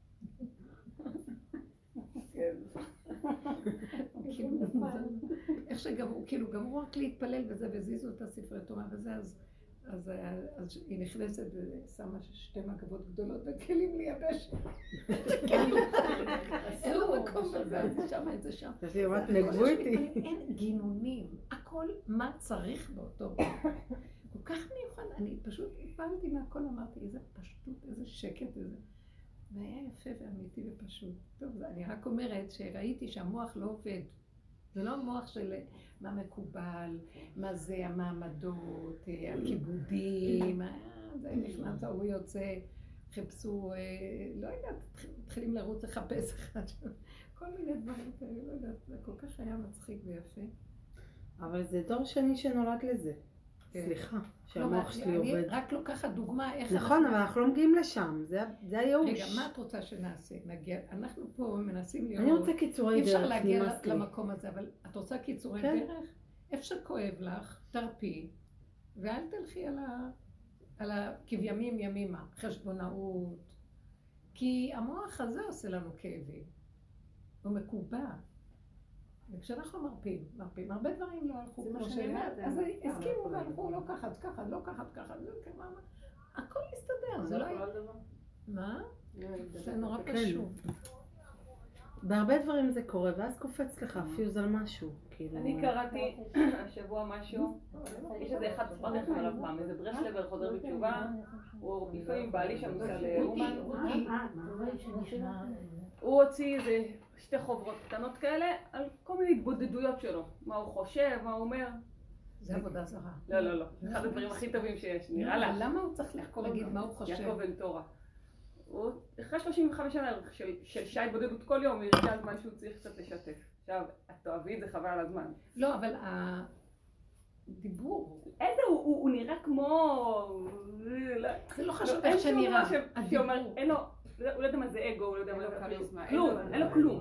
איך שגמרו, כאילו גמרו רק להתפלל וזה, והזיזו את הספרי תורה וזה, אז היא נכנסת ושמה שתי מגבות גדולות וכלים לייבש. אין לו מקום בזה, אז היא שמה את זה שם. אז היא אומרת, נגבו איתי. אין גינונים, הכל מה צריך באותו. כל כך מיוחד, אני פשוט הבנתי מהכל, אמרתי, איזה פשטות, איזה שקט, איזה... והיה יפה ואמיתי ופשוט. טוב, אני רק אומרת שראיתי שהמוח לא עובד. זה לא המוח של מה מקובל, מה זה המעמדות, הכיבודים, זה נכנס, הוא יוצא, חיפשו, לא יודעת, מתחילים לרוץ לחפש אחד, כל מיני דברים כאלה, לא יודעת, זה כל כך היה מצחיק ויפה. אבל זה דור שני שנולד לזה. סליחה, שהמוח שלי עובד. אני רק לוקחת דוגמה איך... נכון, אבל אנחנו לא מגיעים לשם, זה הייאוש. רגע, מה את רוצה שנעשה? נגיע, אנחנו פה מנסים להיות... אני רוצה קיצורי דרך, אי אפשר להגיע למקום הזה, אבל את רוצה קיצורי דרך? איפה שכואב לך, תרפי, ואל תלכי על הכבימים ימימה, חשבונאות. כי המוח הזה עושה לנו כאבים. הוא מקובע. וכשאנחנו מרפים, מרפים, הרבה דברים לא הלכו כמו שהיה, אז הסכימו והלכו, לא ככה, ככה, לא ככה, ככה, לא ככה, הכל מסתדר, זה לא היה... מה? זה נורא פשוט. בהרבה דברים זה קורה, ואז קופץ לך פיוז על משהו. אני קראתי השבוע משהו, יש איזה אחד ספר לכם עליו פעם, איזה ברסלבר חוזר בתשובה, הוא לפעמים בעלי שם נוסע לאומן, הוא הוציא איזה שתי חוברות קטנות כאלה על כל מיני התבודדויות שלו, מה הוא חושב, מה הוא אומר. זה עבודה זרה. לא, לא, לא, אחד הדברים הכי טובים שיש, נראה לך. למה הוא צריך לחקור להגיד מה הוא חושב? יעקב ונטורה. הוא אחרי שלושים וחמש שנה של שי בודדות כל יום, הוא הרגיע הזמן שהוא צריך קצת לשתף. עכשיו, את תאהבי את זה חבל על הזמן. לא, אבל הדיבור... איזה, הוא נראה כמו... זה לא חשוב איך שנראה. שאומר, אין לו... הוא לא יודע מה זה אגו, הוא לא יודע מה זה כריזמה. כלום, אין לו כלום.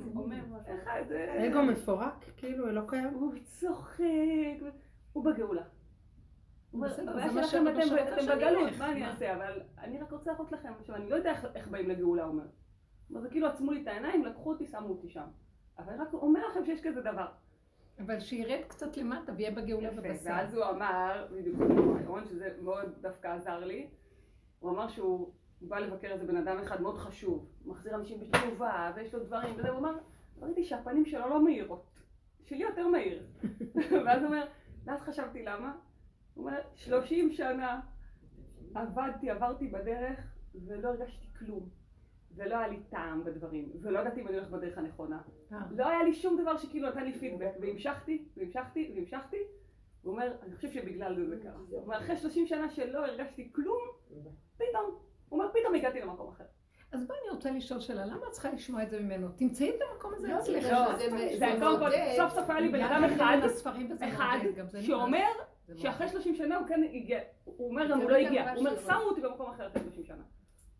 אגו מפורק, כאילו, לא קיים. הוא צוחק, הוא בגאולה. זה מה שאתם בגלות, מה אני אעשה? אבל אני רק רוצה להראות לכם, עכשיו אני לא יודע איך באים לגאולה, הוא אומר. זה כאילו עצמו לי את העיניים, לקחו אותי, שמו אותי שם. אבל אני רק אומר לכם שיש כזה דבר. אבל שירד קצת למטה ויהיה בגאולה בבשר. ואז הוא אמר, בדיוק, שזה מאוד דווקא עזר לי, הוא אמר שהוא בא לבקר איזה בן אדם אחד מאוד חשוב, מחזיר אנשים בתשובה, ויש לו דברים, וזה, הוא אמר, ראיתי שהפנים שלו לא מהירות, שלי יותר מהיר. ואז הוא אומר, ואז חשבתי למה? הוא אומר, שלושים שנה עבדתי, עברתי בדרך, ולא הרגשתי כלום. ולא היה לי טעם בדברים, ולא ידעתי אם אני הולך בדרך הנכונה. לא היה לי שום דבר שכאילו נתן לי פידבק, והמשכתי, והמשכתי, והמשכתי. הוא אומר, אני חושב שבגלל זה זה קרה. הוא אומר, אחרי שלושים שנה שלא הרגשתי כלום, פתאום, הוא אומר, פתאום הגעתי למקום אחר. אז בואי אני רוצה לשאול שאלה, למה את צריכה לשמוע את זה ממנו? תמצאי את המקום הזה אצלך. זה קודם כל, סוף סוף היה לי בן אדם אחד, אחד, שאומר שאחרי שלושים שנה הוא כן הגיע, הוא אומר גם הוא לא הגיע, הוא אומר, שמו אותי במקום אחר אחרי שלושים שנה.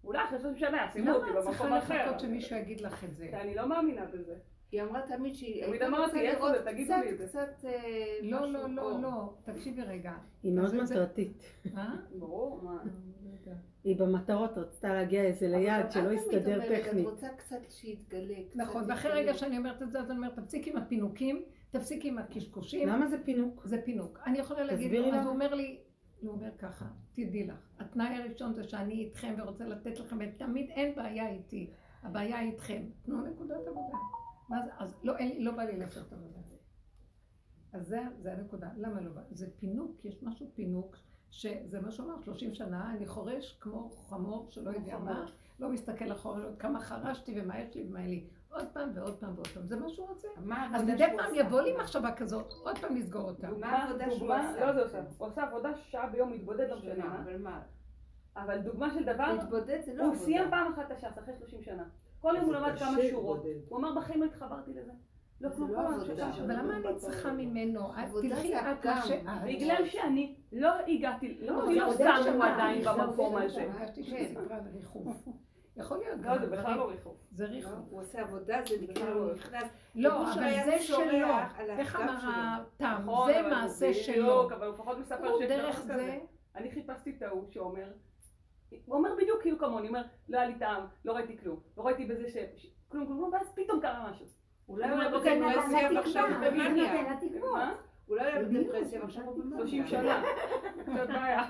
אולי אחרי שלושים שנה ישימו אותי למה את במקום צריכה אחר. לחכות שמישהו יגיד לך את זה? אני לא מאמינה בזה. היא אמרה תמיד שהיא תמיד הייתה אמרתי, רוצה איפה לראות זה? תגידו קצת, לי את זה. קצת אה, לא, משהו לא, לא, אור. לא. תקשיבי רגע. היא מאוד זה- זה- מטרתית. אה? ברור, מה? היא במטרות רצתה להגיע איזה ליעד אבל שלא את יסתדר תמיד אומרת, טכנית. את רוצה קצת שיתגלה. קצת נכון, ואחרי יתגלה. רגע שאני אומרת את זה, אז אני אומרת, תפסיקי עם הפינוקים, תפסיקי עם הקשקושים. למה זה פינוק? זה פינוק. אני יכולה להגיד תסבירי לו, אז למה. הוא אומר לי, הוא אומר ככה, תדעי לך, התנאי הראשון זה שאני איתכם ורוצה לתת לכם, ותמיד אין בעיה איתי, הבעיה איתכם. תנו נקודת עבודה. מה זה? אז לא, אין, לא בא לי לעשות עבודה. אז זה, זה הנקודה. למה לא בא? זה פינוק, יש משהו פינוק, שזה מה שאומר, שלושים שנה, אני חורש כמו חמור שלא יודע מה, לא מסתכל אחורה, לא, כמה חרשתי ומה יש לי ומה אין לי. עוד פעם ועוד פעם ועוד פעם, זה מה שהוא רוצה. מה אז העבודה מדי שהוא פעם עשה? יבוא לי מחשבה כזאת, עוד פעם לסגור אותה. מה העבודה שהוא דוגמה- עשה? לא זה עושה. הוא עושה עבודה שעה ביום מתבודד, לא משנה שמה, מה. אבל מה? אבל דוגמה של דבר, להתבודד זה לא הוא עבודה. סיים פעם אחת את הש"ס אחרי שלושים שנה. כל יום הוא למד כמה שורות. הוא אמר בחיים לא התחברתי לזה. לא זה כלום, לא כל עבודה. השעה. אבל למה אני צריכה ממנו? את עבודה תלכי זה את מה הפגם. שאת. בגלל שאני לא הגעתי, לא זה לא עבודה שמו שמה. עדיין זה במקום עבודה הזה. שמה. הרגשתי שהיא סיפרה על ריחוף. יכול להיות לא, גם זה בכלל דברים. לא ריחוף. זה ריחוף. הוא עושה עבודה, זה כאילו הוא נכנס. לא, פירוש אבל היה זה צורח שלו. על איך הגב אמר שלו. התם? נכון, זה אבל מעשה בדיוק, שלו. אבל הוא לפחות מספר הוא שיש דרך דבר זה. כזה. אני חיפשתי את ההוא שאומר, הוא אומר בדיוק כאילו כמוני, הוא אומר, לא היה לי טעם, לא ראיתי כלום, לא ראיתי בזה ש... כלום כלום, ואז פתאום קרה משהו. אולי הוא הוא נותן בדפרסיה לה ועכשיו הוא במאניה. מה? אולי הוא בדפרסיה ועכשיו הוא במאניה. שלושים שנה. זאת בעיה.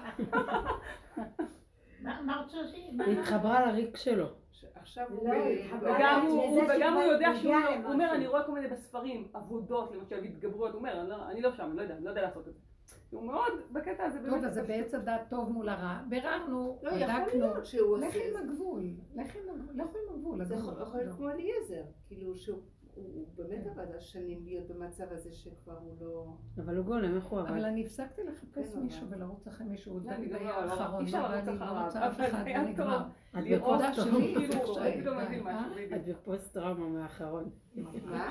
מה אמרת שלושים? היא התחברה לריק שלו. עכשיו הוא... לא, ב- התחברה. וגם הוא, לזה הוא- וגם הוא שכבר יודע שהוא, הגיע הוא אומר, למשהו. אני רואה כל מיני בספרים, עבודות, למשל, התגברויות, הוא אומר, אני לא- אני לא שם, אני לא יודע, אני לא יודע לעשות את זה. הוא מאוד בקטע הזה, טוב, אז זה בעץ הדעת טוב מול הרע. ביררנו, לא, יכול בדקנו. להיות שהוא עושה לכי את זה. עם הגבול. לכי עם הגבול. לכו עם הגבול. זה הגבול. יכול להיות כמו אליעזר. כאילו שהוא הוא- הוא באמת עבד השנים להיות במצב הזה שכבר הוא לא... אבל הוא גולם, איך הוא אבל עבד? אני הפסקתי לחפש כן, מישהו אבל- ולרוץ אחרי מישהו. לא, דוד אני גם היה לא- האחרון. אי אפשר לא בא לרוץ לי, אחריו, לא רוצה אף אבל אחד, היה ונגמר. את לראות נקודה בפוסט שלי, כאילו, זה הייתי פתאום די, מבין אה? משהו, בדיוק. את בפוסט טראומה מהאחרון. מה?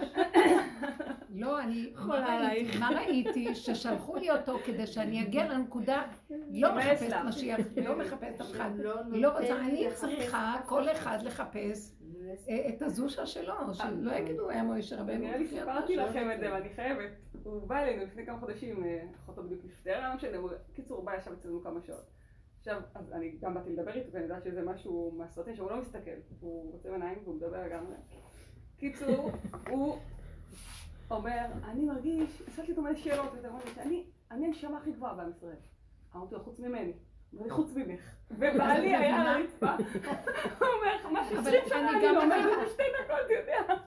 לא, אני, מה חולה ראיתי? עלייך. מה ראיתי? ששלחו לי אותו כדי שאני אגיע לנקודה, לא תיכנס מחפשת לה. משיח, לא מחפשת אף אחד. לא לא נותן רוצה, אני לחפש צריכה אף כל אחד. אחד לחפש אה, את הזושה שלו, שלא יגידו היה מוישה רבנו. נראה לי לפי סיפרתי הדעה לכם שלו. את זה, ואני חייבת. הוא בא אלינו לפני כמה חודשים, אה, אחותו בדיוק נפטרה, לא משנה, הוא- קיצור, הוא בא ישב אצלנו כמה שעות. עכשיו, אז אני גם באתי לדבר איתו, ואני יודעת שזה משהו מהסרטים שהוא לא מסתכל, הוא רוצה עיניים והוא מדבר לגמרי. קיצור, הוא אומר, אני מרגיש, עשיתי לו מלא שאלות, ואתה אומר לי שאני, אני הנשמה הכי גבוהה בעם ישראל. אמרתי לו, חוץ ממני. הוא אומר לי, חוץ ממך. ובעלי היה על הרצפה. הוא אומר, מה אבל שעשרים שנה אני אני גם לומדת מבינה. בשתי דקות, אתה יודע.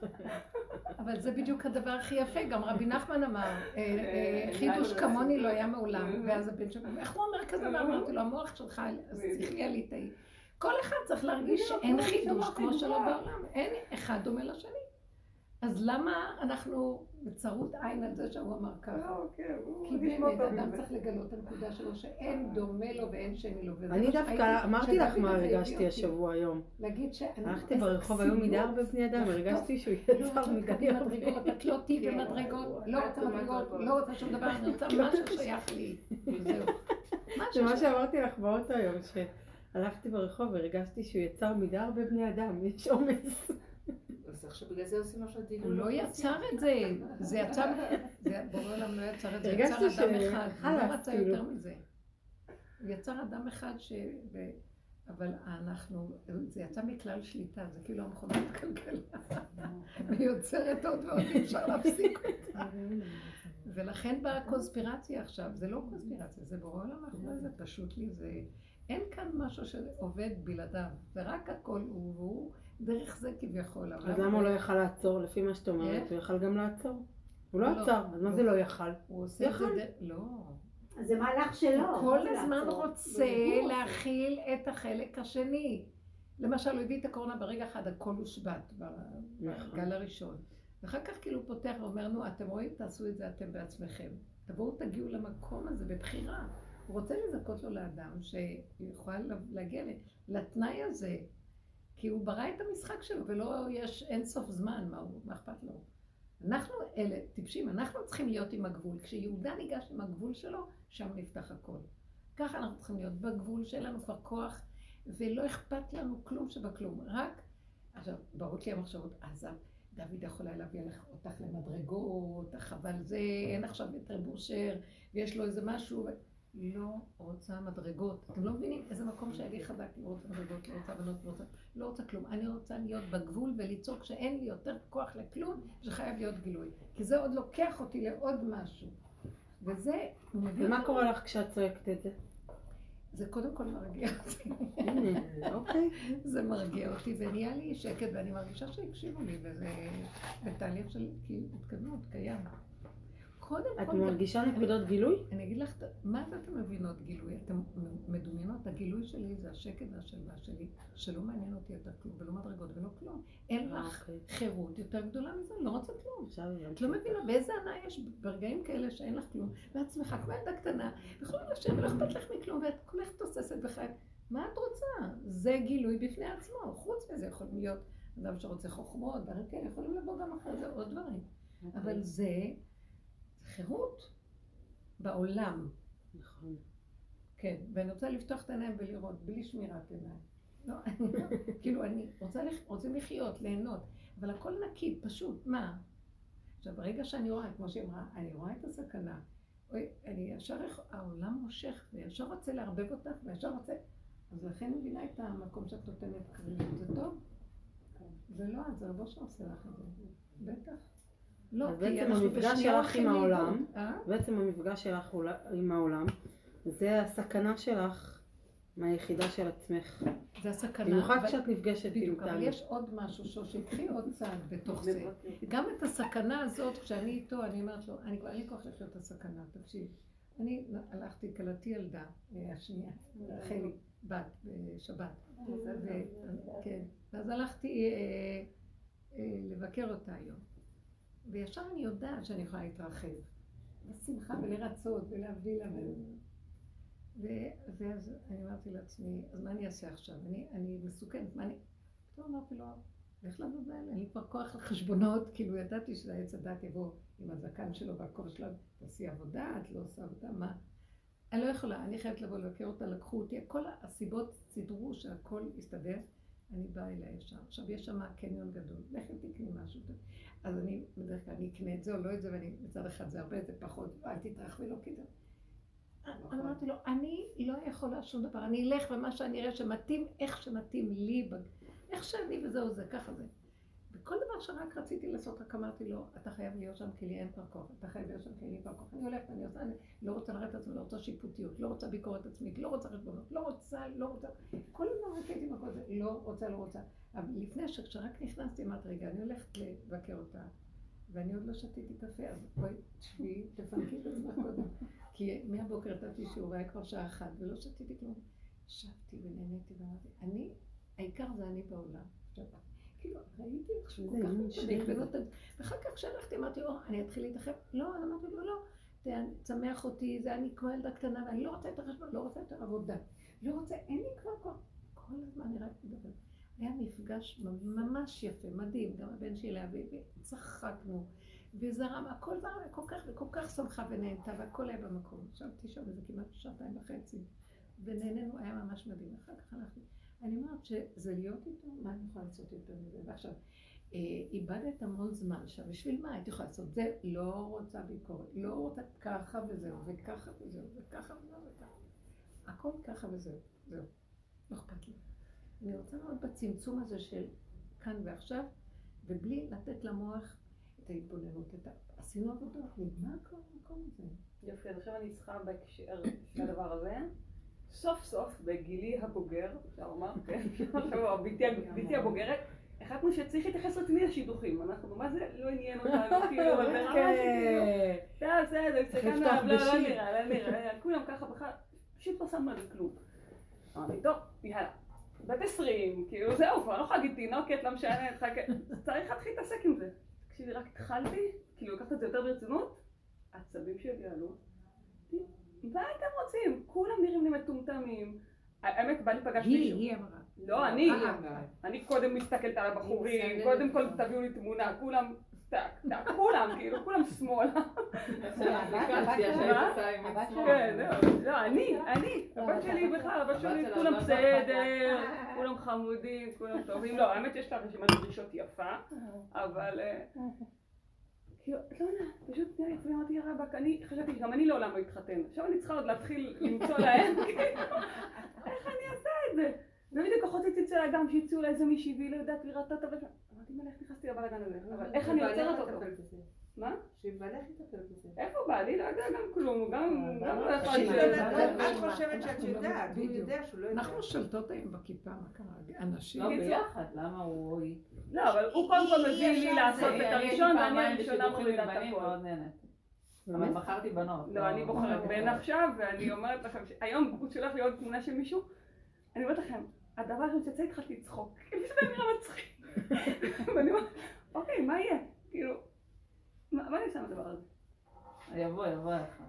אבל זה בדיוק הדבר הכי יפה, גם רבי נחמן אמר, אה, אה, אה, חידוש אה, כמוני אה, לא היה מעולם, אה, ואז הבן שלו, איך הוא אומר כזה דבר? אמרתי לו, המוח שלך, אז שכלי הליטאי. כל אחד צריך להרגיש שאין חידוש כמו שלו בעולם, אין אחד דומה לשני. אז למה אנחנו בצרות עין על זה שהוא אמר ככה? לא, כן, הוא כי מרגיש באמת, מאוד טוב אדם מזה. צריך לגלות את הנקודה שלו שאין דומה לו ואין שני לו. וזה אני מה דווקא שראיתי, אמרתי לך שדוד מה הזה הביא הרגשתי אותי. השבוע היום. להגיד שאני... הלכתי איזה ברחוב, היו מדי סיוט. הרבה בני אדם, לחטוף. הרגשתי שהוא לא יצר רוצה מדי לקבל הרבה. מדרגות, את לא תהיי כן, במדרגות, כן. לא רוצה מדרגות, לא רוצה שום דבר, אני רוצה מה ששייך לי. וזהו. מה זה מה ששייך. שאמרתי לך באוטו היום, שהלכתי ברחוב והרגשתי שהוא יצר מדי הרבה בני אדם, יש עומס. אז עכשיו בגלל זה עושים עכשיו דין. הוא לא יצר את זה, זה יצא, זה- בורא עולם לא יצר את זה, יצר הרגשתי אדם ש- אחד, הוא לא חלאס, רצה כאילו. יותר מזה. הוא יצר אדם אחד ש... ו- אבל אנחנו, זה יצא מכלל שליטה, זה כאילו המכונת כלכלה, ויוצרת עוד ועוד, אי אפשר להפסיק אותה. ולכן באה קונספירציה עכשיו, זה לא קונספירציה, זה בורא עולם אחרי זה, פשוט לי זה... אין כאן משהו שעובד בלעדיו, זה רק הכל הוא, והוא דרך זה כביכול. אז למה הוא לא יכל לעצור, לפי מה שאת אומרת? הוא יכל גם לעצור. הוא לא לא, עצר, אז מה זה לא יכל? הוא עושה את זה... יכול. ד- לא. אז זה מהלך שלו. הוא כל מה זה הזמן לעצור? רוצה הוא עושה. להכיל את החלק השני. למשל, הוא הביא את הקורונה ברגע אחד, הכל הושבת בגל הראשון. ואחר כך כאילו הוא פותח ואומר, נו, אתם רואים, תעשו את זה אתם בעצמכם. תבואו, תגיעו למקום הזה בבחירה. הוא רוצה לזכות לו לאדם שיוכל להגיע לתנאי הזה, כי הוא ברא את המשחק שלו, ולא יש אין סוף זמן, מה, הוא, מה אכפת לו? אנחנו אלה, טיפשים, אנחנו צריכים להיות עם הגבול. כשיהודה ניגש עם הגבול שלו, שם נפתח הכל. ככה אנחנו צריכים להיות בגבול שלנו כבר כוח ולא אכפת לנו כלום שבכלום. רק, עכשיו, באות לי המחשבות, אז דוד יכול היה להביא אותך למדרגות, אבל זה, אין עכשיו את רבושר, ויש לו איזה משהו, לא רוצה מדרגות. אתם לא מבינים איזה מקום שהיה לי חזק, לא רוצה מדרגות, לא רוצה בנות, לא רוצה, לא רוצה כלום. אני רוצה להיות בגבול ולצעוק שאין לי יותר כוח לכלום, שחייב להיות גילוי. כי זה עוד לוקח אותי לעוד משהו. וזה, הוא מבין... ומה קורה לך כשאת צועקת את זה? זה קודם כל מרגיע אותי. אוקיי. זה מרגיע אותי, ונהיה לי שקט, ואני מרגישה שהקשיבו לי, וזה בתהליך של התקדמות, קיים. את מרגישה נקודות גילוי? אני אגיד לך, מה זה אתם מבינות גילוי? אתם מדומיינות, הגילוי שלי זה השקט והשלווה שלי, שלא מעניין אותי יותר כלום, ולא מדרגות ולא כלום. אין לך חירות יותר גדולה מזה, לא רוצה כלום. את לא מבינה באיזה ענה יש ברגעים כאלה שאין לך כלום, ואת שמחה כמו ילדה קטנה, יכולים לשם ולא אכפת לך מכלום, ואת כולך תוססת בחיים. מה את רוצה? זה גילוי בפני עצמו. חוץ מזה יכול להיות אדם שרוצה חוכמות, דברים כאלה, יכולים לבוא גם אחרי זה עוד דברים. אבל זה חירות בעולם. נכון. כן, ואני רוצה לפתוח את העיניים ולראות, בלי שמירת עיניים. לא, כאילו, אני רוצה, רוצים לחיות, ליהנות, אבל הכל נקי, פשוט, מה? עכשיו, ברגע שאני רואה, כמו שהיא אמרה, אני רואה את הסכנה, אוי, אני ישר, העולם מושך, וישר רוצה להרבב אותך, וישר רוצה, אז לכן מבינה את המקום שאת נותנת קריאות, זה טוב? זה לא, זה רבו שעושה לך את זה, בטח. לא, אז בעצם המפגש שלך עם העולם, בעצם המפגש שלך עם העולם, זה הסכנה שלך מהיחידה של עצמך. זה הסכנה. במיוחד כשאת נפגשת עם טלי. אבל יש עוד משהו ששקחי עוד צעד בתוך זה. גם את הסכנה הזאת, כשאני איתו, אני אומרת לו, אני כבר אין לי כוח לחיות את הסכנה, תקשיב. אני הלכתי, קלטתי ילדה, השנייה, חלי, בת, בשבת. כן, ואז הלכתי לבקר אותה היום. וישר אני יודעת שאני יכולה להתרחב, בשמחה ולרצות ולהביא לה. ואז אני אמרתי לעצמי, אז מה אני אעשה עכשיו? אני, אני מסוכנת, מה אני... פתאום אמרתי לו, לך לנו בעל, אין לי כבר כוח לחשבונות, כאילו ידעתי שזה העץ הדת יבוא עם הזקן שלו והכובע שלו, תעשי עבודה, את לא עושה עבודה, מה? אני לא יכולה, אני חייבת לבוא לבקר אותה, לקחו אותי, כל הסיבות סידרו שהכל יסתדר, אני באה אליה ישר. עכשיו יש שם קניון גדול, לכי תקני משהו. אז אני בדרך כלל אני אקנה את זה או לא את זה, ואני מצד אחד זה הרבה, זה פחות, אל תתרח ולא כדאי. אמרתי לו, אני לא יכולה שום דבר, אני אלך במה שאני אראה שמתאים, איך שמתאים לי, איך שאני וזהו זה, ככה זה. וכל דבר שרק רציתי לעשות, רק אמרתי לו, אתה חייב להיות שם כי לי אין כבר כוח, אתה חייב להיות שם כי לי אין כבר כוח. אני הולכת, אני עושה, אני לא רוצה לראות את עצמי, לא רוצה שיפוטיות, לא רוצה ביקורת עצמית, לא רוצה חשבונות, לא רוצה, לא רוצה, כל הזמן רק הייתי בכל זה, לא רוצה, לא רוצה. אבל לפני שכשרק נכנסתי, אמרתי, רגע, אני הולכת לבקר אותה, ואני עוד לא שתיתי קפה, אז בואי, תשבי, תפנקי את עצמך קודם. כי מהבוקר נתתי שיעור, היה כבר שעה אחת, ולא שתיתי כלום. שבתי ונהניתי ואמרתי, אני, העיקר זה אני בעולם. כאילו, ראיתי איך שהוא כל כך מתבדק ונותן. ואחר כך כשהלכתי, אמרתי, או, אני אתחיל להתרחב. לא, אז אמרתי לו, לא, תצמח אותי, זה אני כמו ילדה קטנה, ואני לא רוצה יותר חשבון, לא רוצה יותר עבודה. לא רוצה, אין לי כבר כוח. כל הזמן נראיתי לדבר. היה מפגש ממש יפה, מדהים, גם הבן שלי להביא, וצחקנו, וזרם, הכל זרם, כל כך וכל כך שמחה ונהנתה, והכל היה במקום. ישבתי שם איזה כמעט שעתיים וחצי, ונהננו, היה ממש מדהים. אחר כך הלכתי. אני אומרת שזה להיות איתו, מה אני יכולה לעשות יותר מזה? ועכשיו, איבדת המון זמן שם, בשביל מה הייתי יכולה לעשות? זה לא רוצה ביקורת, לא רוצה ככה וזהו, וככה וזהו, וככה וזהו, וככה. הכל ככה וזהו, זהו, לא אכפת לי. אני רוצה מאוד בצמצום הזה של כאן ועכשיו, ובלי לתת למוח את ההתבוננות, את ה... עשינו עבודה, נגמר כל המקום הזה. יופי, אז עכשיו אני צריכה בהקשר של הדבר הזה. סוף סוף, בגילי הבוגר, אפשר לומר, כן, ביתי הבוגרת, החלטנו שצריך להתייחס רציני לשידוכים. אנחנו, מה זה לא עניין אותנו, כאילו, אבל ברמה שכאילו, זה, זה, זה, זה כאן, לא נראה, לא נראה, כולם ככה בכלל, פשוט לא שמה לי כלום. אמרתי, טוב, יאללה. בת עשרים, כאילו זהו, כבר לא יכולה להגיד תינוקת, לא משנה, צריך להתחיל להתעסק עם זה. כשאני רק התחלתי, כאילו לקחת את זה יותר ברצינות, העצבים שלי עלו. מה אתם רוצים? כולם נראים לי מטומטמים. האמת, בא לי פגש מישהו. היא, היא אמרה. לא, אני. אני קודם מסתכלת על הבחורים, קודם כל תביאו לי תמונה, כולם, כולם, כאילו, כולם שמאלה. כן, לא, אני, אני, הבת שלי בכלל, הבת שלי כולם בסדר, כולם חמודים, כולם טובים, לא, האמת שיש לה רשימת דרישות יפה, אבל כאילו, לא יודע, פשוט נראה לי, אמרתי רבק, אני חשבתי שגם אני לעולם לא אתחתן, עכשיו אני צריכה עוד להתחיל למצוא להם, איך אני אעשה את זה? ובדיוק אחותי תצא לה גם שיצאו לה איזה מישהי והיא לא יודעת לראתה את הבן, אמרתי מה, איך נכנסתי לבלגן הזה, אבל איך אני יוצרת אותו? מה? שבעלך יטפל בזה. איפה בעלי? לא יודע גם כלום, גם לא אחד ש... את חושבת שאת יודעת, הוא יודע שהוא לא יודע. אנחנו שולטות היום בכיפה, מה קרה? אנשים... לא ביחד, למה הוא או היא? לא, אבל הוא קודם כל מביא לי לעשות את הראשון ואני הראשונה מורידה את בנים הכל. מאוד נהנית. אבל בחרתי בנות. לא, אני בוחרת בן עכשיו ואני אומרת לכם, היום הוא שולח לי עוד תמונה של מישהו, אני אומרת לכם, הדבר שאני תצא התחלתי לצחוק, כאילו שזה נראה מצחיק. ואני אומרת, אוקיי, מה יהיה? כאילו, מה אני עושה מהדבר הזה? יבוא, יבוא לך.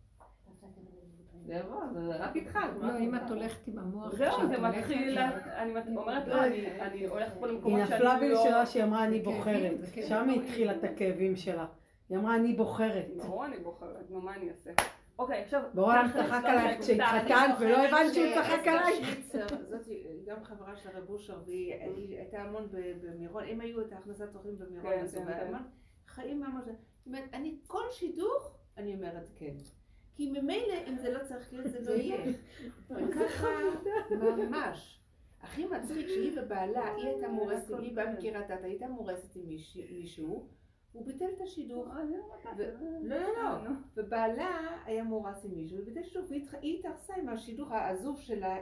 זה יבוא, זה רק התחלת. לא, אם את הולכת עם המוח, זהו, זה מתחיל, אני אומרת לו, אני הולכת פה למקומות היא שאני לא... נפלה בלשונה שהיא אמרה אני בוחרת, שם היא התחילה את הכאבים שלה. היא אמרה אני בוחרת. ברור אני בוחרת, נו מה אני אעשה? אוקיי, עכשיו... בורא צחק עלייך כשהתחתנת ולא הבנת שהוא צחק עלייך. זאת גם חברה של הרב אושר והיא הייתה המון במירון, הם היו את ההכנסת אורחים במירון הזו, חיים ממש, זאת אומרת, אני כל שידוך, אני אומרת כן. כי ממילא אם זה לא צריך להיות זה לא יהיה. ככה ממש. הכי מצחיק שהיא ובעלה, היא הייתה מורסת, היא באה מקריית אתא, הייתה מורסת עם מישהו, הוא ביטל את השידוך. לא, לא, לא. ובעלה היה מורס עם מישהו, הוא ביטל שידוך, והיא התארסה עם השידוך העזוב שלה.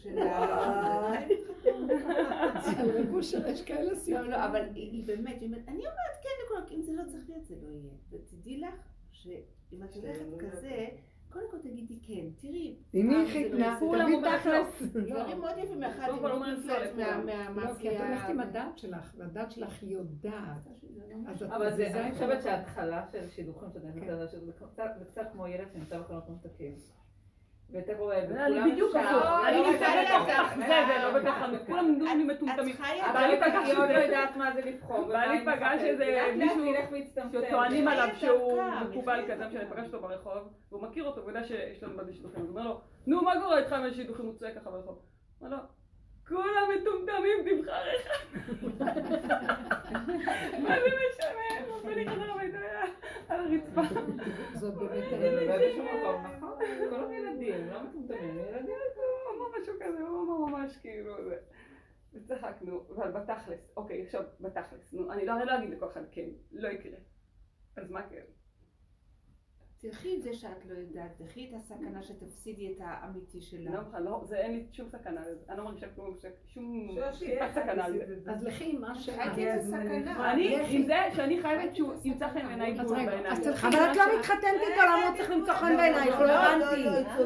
על רבושר, יש כאלה סיום. לא, לא, אבל היא באמת, אני אומרת כן, אם זה לא צריך להיות, זה לא יהיה. ותדעי לך שאם את הולכת כזה, קודם כל תגידי כן, תראי. אם היא חיתנה, תביא תכלס. דברים מאוד יפים, מאחד עם מפלט מהמאפיה. לא, כי את הולכת עם הדת שלך, והדת שלך היא יודעת. אבל אני חושבת שההתחלה של שידוכים, זה קצת כמו ילד שנמצא בחנות ממתקים. ואתה רואה, אני בדיוק כזאת, אני נמצא בתוך זה ולא בתוך חנות, כולם נדעו לי מטומטמים. בעלי פגש היא עוד לא יודעת מה זה לבחור. בעלי פגש איזה מישהו שטוענים עליו שהוא מקובל כזה, שאני פגש אותו ברחוב, והוא מכיר אותו, הוא יודע שיש לנו בדי שידוכים, הוא אומר לו, נו מה קורה איתך עם שידוכים, הוא צועק ככה ברחוב. הוא אומר לו, כולם מטומטמים, תבחר אחד. מה זה משנה? הוא בלי חזר הביתה על הרצפה. זאת באמת באיזשהו מקום, נכון? כל הילדים, לא מטומטמים, ילדים הוא אמר משהו כזה, הוא אמר ממש כאילו זה. וצחקנו, אבל בתכלס, אוקיי, עכשיו בתכלס, נו, אני לא אגיד לכל אחד כן, לא יקרה. אז מה כן? תלכי את זה שאת לא יודעת, תלכי את הסכנה שתפסידי את האמיתי שלה. לא, זה אין לי שום סכנה לזה, אני לא מרגישה כלום, שום סכנה לזה. אז לכי עם מה שאת. חייתי את הסכנה. אני, עם זה שאני חייבת שהוא ימצא חן בעיניי גבול בעיניי. אבל את לא מתחתנת איתו, למה הוא צריך למצוא חן בעינייך? לא הבנתי.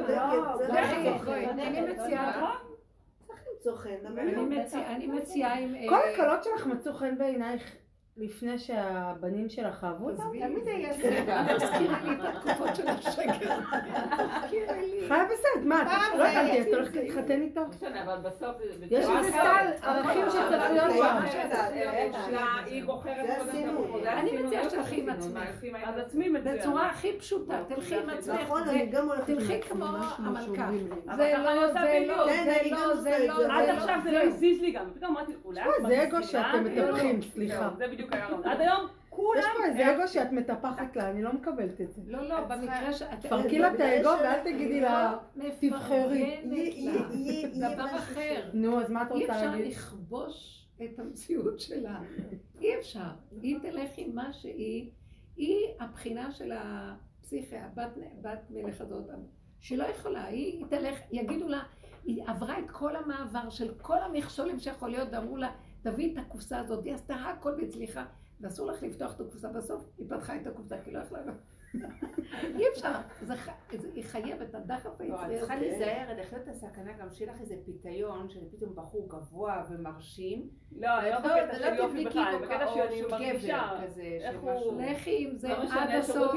אני מציעה, צריך למצוא חן. אני מציעה עם... כל הקלות שלך מצאו חן בעינייך לפני שהבנים שלך אהבו אותם? תמיד היה סיבה. תזכירי לי את התקופות של השקר. תזכירי לי. חיה בסד, מה? לא הבנתי, את הולכת להתחתן איתו? משנה, אבל בסוף... יש איזה סל ערכים שצריך להיות שם. היא בוחרת... אני מציעה שתלכי עם עצמך. אז עצמי מצוין. בצורה הכי פשוטה, תלכי עם עצמך. נכון, אני גם הולכת עם תלכי עצמי, כמו ממש כמו המלכה. שאומרים לי. זה לא, זה לא, זה לא, זה לא. עד עכשיו זה לא הזיז לי גם. פתאום אמרתי, אולי... זה אגו שאתם מטפחים, סליחה. זה בדיוק היה רעיון. עד היום כולם... יש פה איזה אגו שאת מטפחת לה, אני לא מקבלת את זה. לא, לא, במקרה שאת... תפרקי לה את האגו ואל תגידי לה, תבחרי. דבר אחר. נו, אז מה את אי רוצה אפשר להגיד? לכבוש את המציאות שלה. אי אפשר. היא תלך עם מה שהיא, היא הבחינה של הפסיכיה, הבת מלך הזאת, שהיא לא יכולה, היא תלך, יגידו לה, היא עברה את כל המעבר של כל המכשולים שיכול להיות, ואמרו לה, תביאי את הקופסה הזאת, היא עשתה הכל והצליחה, ואסור לך לפתוח את הקופסה, בסוף היא פתחה את הקופסה, כי לא יכלה גם. אי אפשר, היא חייבת, הדחף היצרי. את צריכה להיזהר, אני חושבת הסכנה גם שיהיה לך איזה פיתיון, של פתאום בחור גבוה ומרשים. לא, לא בקטע של יופי בכלל, בקטע שאני מרגישה. איך הוא... לכי עם זה עד הסוף.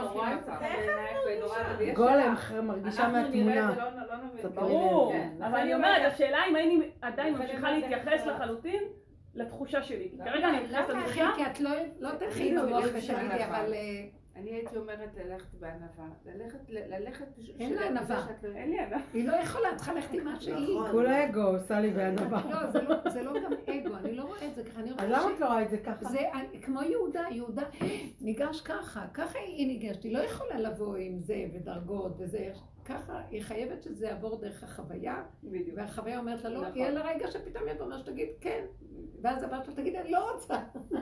גולם מרגישה מהתמונה. ברור, אבל אני אומרת, השאלה אם אני עדיין ממשיכה להתייחס לחלוטין לתחושה שלי. כרגע אני מתייחסת לתחושה. כי את לא תלכי עם המוח ושאליתי, אבל אני הייתי אומרת ללכת בענווה, ללכת, ללכת... אין לה ענווה. אין לי ענווה. היא לא יכולה, צריכה ללכת עם מה שהיא. כולה אגו עושה לי בענווה. לא, זה לא גם אגו, אני לא רואה את זה ככה. אז למה את לא רואה את זה ככה? זה כמו יהודה, יהודה ניגש ככה, ככה היא ניגשת, היא לא יכולה לבוא עם זה ודרגות וזה, ככה היא חייבת שזה יעבור דרך החוויה, והחוויה אומרת לה לא, יהיה לה רגע שפתאום יבוא מה שתגיד כן, ואז אמרת לה תגיד אני לא רוצה.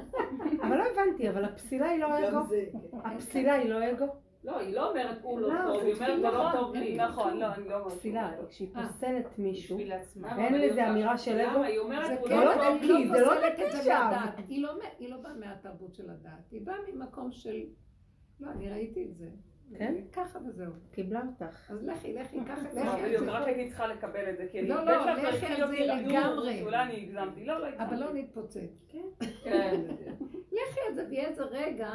אבל לא הבנתי, אבל הפסילה היא לא אגו? הפסילה היא לא אגו? לא, היא לא אומרת הוא לא טוב, היא אומרת זה לא טוב לי. נכון, לא, אני לא אומרת. פסילה, כשהיא פוסלת מישהו, לעצמה. אין לזה אמירה של אגו? היא אומרת זה הוא כן, לא אבל טוב היא לא לי. זה לא פוסלת את זה נקי שם. מהדעת. היא לא באה מהתרבות של הדעת, היא באה ממקום של... לא, אני ראיתי את זה. כן? ככה וזהו. קיבלה אותך. אז לכי, לכי, ככה, לא, לכי. בדיוק, רק הייתי צריכה לקבל את זה, כי אני... לא, לא, לכי על זה לגמרי. אולי אני הגזמתי, לא, לא הגזמתי. אבל לא נתפוצץ. כן. לכי על זה, ויהיה איזה רגע,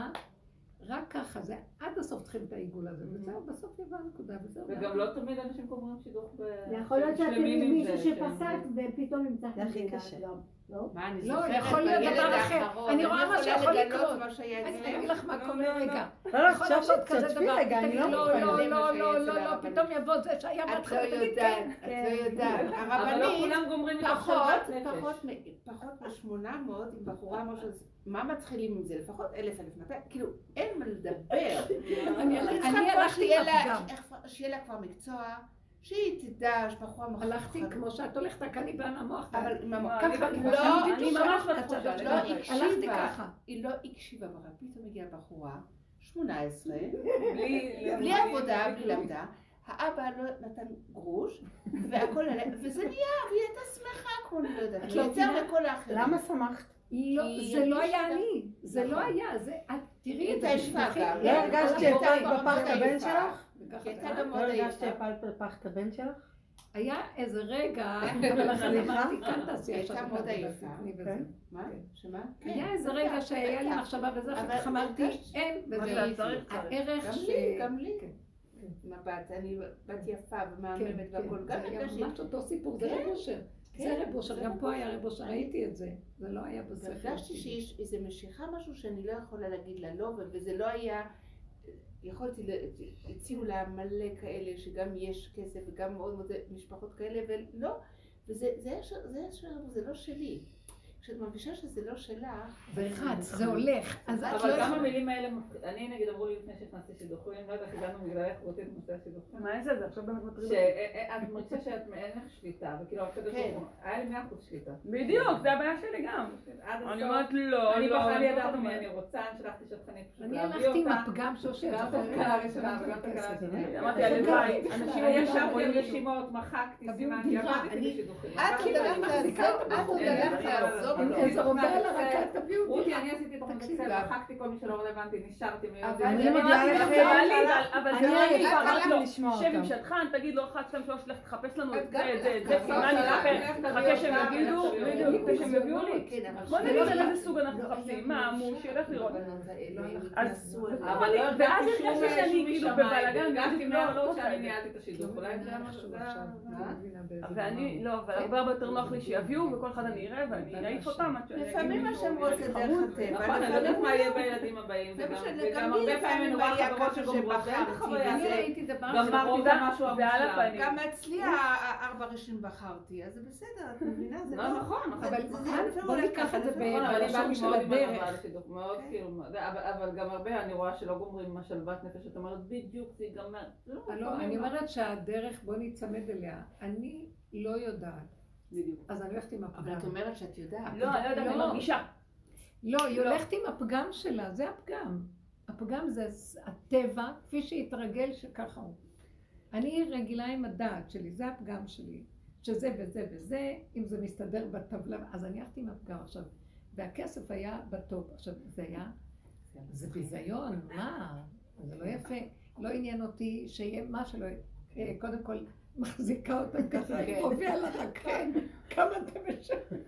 רק ככה, זה עד הסוף צריכים את העיגול הזה, וזהו, בסוף יבוא הנקודה, וזהו. וגם לא תמיד אנשים קוראים שידוך ב... יכול להיות שאתם עם מישהו שפסק ופתאום נמצא זה הכי קשה. לא? מה, אני לא, זוכרת יכול להיות בילד דבר אחר. האחרון, אני רואה מה שיכול לקרות. מה שהיה אני אצלם. אגיד לך מה קורה רגע. לא, לא, יכול עכשיו לעשות כזה שתשתפי דבר, רגע, אני תגיד, לא לא, מוכנה. לא, לא, זה לא, מה לא, שהיה לא, אצל פתאום יבוא זה שהיה את לא בהתחלה, תגיד יודעת, כן. את לא יודעת. אבל לא הרבנית, כולם גומרים מתוך פחות, שלוות נפש. פחות מ- פחות מ-שמונה מאות, עם בחורה משהו, מה מתחילים עם זה? לפחות אלף, אלף מאתיים, כאילו, אין מה לדבר. אני היא צריכה אני כבר הלכתי שיהיה לה- לפגם. שיהיה לה כבר מקצוע, שהיא תדע, שבחורה מחר. הלכתי כמו שאת הולכת, רק אני באה מהמוח. אבל עם המוח, אני ככה, בתחושה, לא, אני ממש בתחושה, לא לגמרי. הקשיבה, הלכתי ככה. היא לא הקשיבה, אבל פתאום הגיעה בחורה, שמונה עשרה, בלי בלי עבודה, בלי למדה, האבא לא נתן גרוש, והכל עליה, וזה נהיה, והיא הייתה שמחה, כמו אני לא יודעת, את לא יותר מבינה? מכל האחרים. למה שמחת? לא, כי זה לא הרגישה היה גם- אני, זה לא נכון. היה, זה, את תראי היא את זה. הייתה ישבה תלכי, גם. לא הרגשת הייתה שהפלת מאוד בפח את הבן עייפה. שלך? וככה היא הייתה זה גם היה. לא מאוד הרגשת עייפה. שהפלת בפח את הבן שלך? היה איזה רגע, אבל לכן סליחה? אמרתי, כאן תעשי היא עכשיו הייתה את מאוד העבודה, עייפה. תתני וזה. כן. מה? שמה? היה איזה רגע שהיה לי מחשבה וזה, אחר כך אמרתי, אין, מה וזה שאת צריך, צריך. הערך גם ש... לי, גם לי. כן. מבט, אני בת יפה כן, ומהממת והכל, כן, גם זה היה בגלל ממש אותו סיפור, זה כן. רב אושר. כן, זה רב אושר, זה גם רב פה היה אושר. רב אושר, ראיתי את זה. זה לא היה בספר. הרגשתי שיש איזו משיכה, משהו שאני לא יכולה להגיד לה לא, וזה לא היה, יכולתי, ל- הציעו לה מלא כאלה, שגם יש כסף וגם מאוד מאוד משפחות כאלה, ולא, וזה זה היה ש- זה היה ש- זה לא שלי. כשאת מרגישה שזה לא שלך, זה רץ, זה הולך. אז את אבל לא גם יכולה... המילים האלה, אני נגיד אמרו לי לפני שהכנסתי שידוכים, לא יודעת, הגענו בגלל איך רוצים את נושא השידוכים. מה זה? זה עכשיו באמת מטריד. שאת מרגישה שאת אין לך שליטה, וכאילו הקדוש כן. ברוך הוא, היה לי מאה אחוז שליטה. בדיוק, זה הבעיה שלי גם. עד אני הסוף, אומרת לא, אני לא, בחרה לי לא, ידעת לא, מי לא. אני רוצה, אני שלחתי שטחנית פשוט אני להביא הלכתי עם אותה. הפגם שיושב. גם תקלה ראשונה וגם תקלה שנייה. אמרתי, הלוואי, אני אנשים היו שם ישבתי רואים על מישהו. רשימות, מחקתי, תביאו סימנתי, דירה, עבדתי אני- בשידוכים. את עבדתי עוד הלכת מחזיקה את לעזור, את עוד הבחור. הלכת לעזור עם לו. איזה רובה על הרקה, תביאו רותי, דירה. אני עשיתי תוכנית תקשיבי, אקסל, אבל- מחקתי כל מי שלא רלוונטי, נשארתי מיודעים. אבל אני אני מגיעה אמרתי לכם, לך, זה בעלי, אבל אני זה לא אני, עייפה, אמרתי רק לו, לשמוע שב עם אותם. שטחן, תגיד לו אחת, שתיים, שלוש, לך תחפש לנו את את זה, גם את זה, את זה, לך, סימן לי, לך, חכה, לך, חכה לך, שהם לך, יגידו, לך, בדיוק, לך, שהם יביאו לי. כן, אבל בוא זה נגיד לא על היה- איזה סוג אנחנו לא מחפשים, היה מה, מישהו מו, שילך לראות. בבנות האלה, הם אז- התנסו על זה. אבל לא ואז הרגשתי שום הרגשתי שאני שום כאילו משמיים, בבלגן, הרגשתי לא, מהראש לא שאני כזה. ניהלתי את השידור, אולי זה מה שזה... ואני, לא, אבל הרבה הרבה יותר נוח לי שיביאו, וכל אחד אני אראה, ואני אעיף אותם עד שאני אגיד לפעמים מה מישהו, שהם רוצים דרך הטבע, נכון, אני לא יודעת מה יהיה בילדים הבאים, זה וגם משנה, וגם גם לי הרבה פעמים אני לפעמים רואה היה חברות ככה שגומרות, ואין לי שבחרתי, חוויה. וזה- אני ראיתי דבר גמרתי כזה. את המשהו ועל המושלם. הפנים. גם אצלי הארבע ראשים בחרתי, אז זה בסדר, את מבינה? זה לא, לא... נכון, נכון. אבל זה- זה- בוא ניקח את זה נכון, אבל אני בלשון באתי של מאוד עם הדרך. הנבלה לשידוך, מאוד כן. כאילו, זה- אבל- אבל גם הרבה אני רואה שלא גומרים מה שלוות נפש, את אומרת בדיוק זה ייגמר. לא, לא, לפעמים אני לא. אומרת שהדרך, בוא ניצמד אליה. אני לא יודעת. בדיוק. אז אני הולכת עם אבל הפגם. את אומרת שאת יודעת. לא, אני לא יודעת, אני לא. מרגישה. לא, היא הולכת עם הפגם שלה, זה הפגם. הפגם זה הטבע, כפי שהתרגל שככה הוא. אני רגילה עם הדעת שלי, זה הפגם שלי. שזה וזה וזה, אם זה מסתדר בטבלה, אז אני הלכתי עם הפגם עכשיו. והכסף היה בטוב. עכשיו, זה היה, זה ביזיון, מה? זה לא יפה. לא עניין אותי שיהיה מה שלא יהיה. קודם כל, מחזיקה אותם ככה, היא הובילה לרקה, כמה אתם משלמים.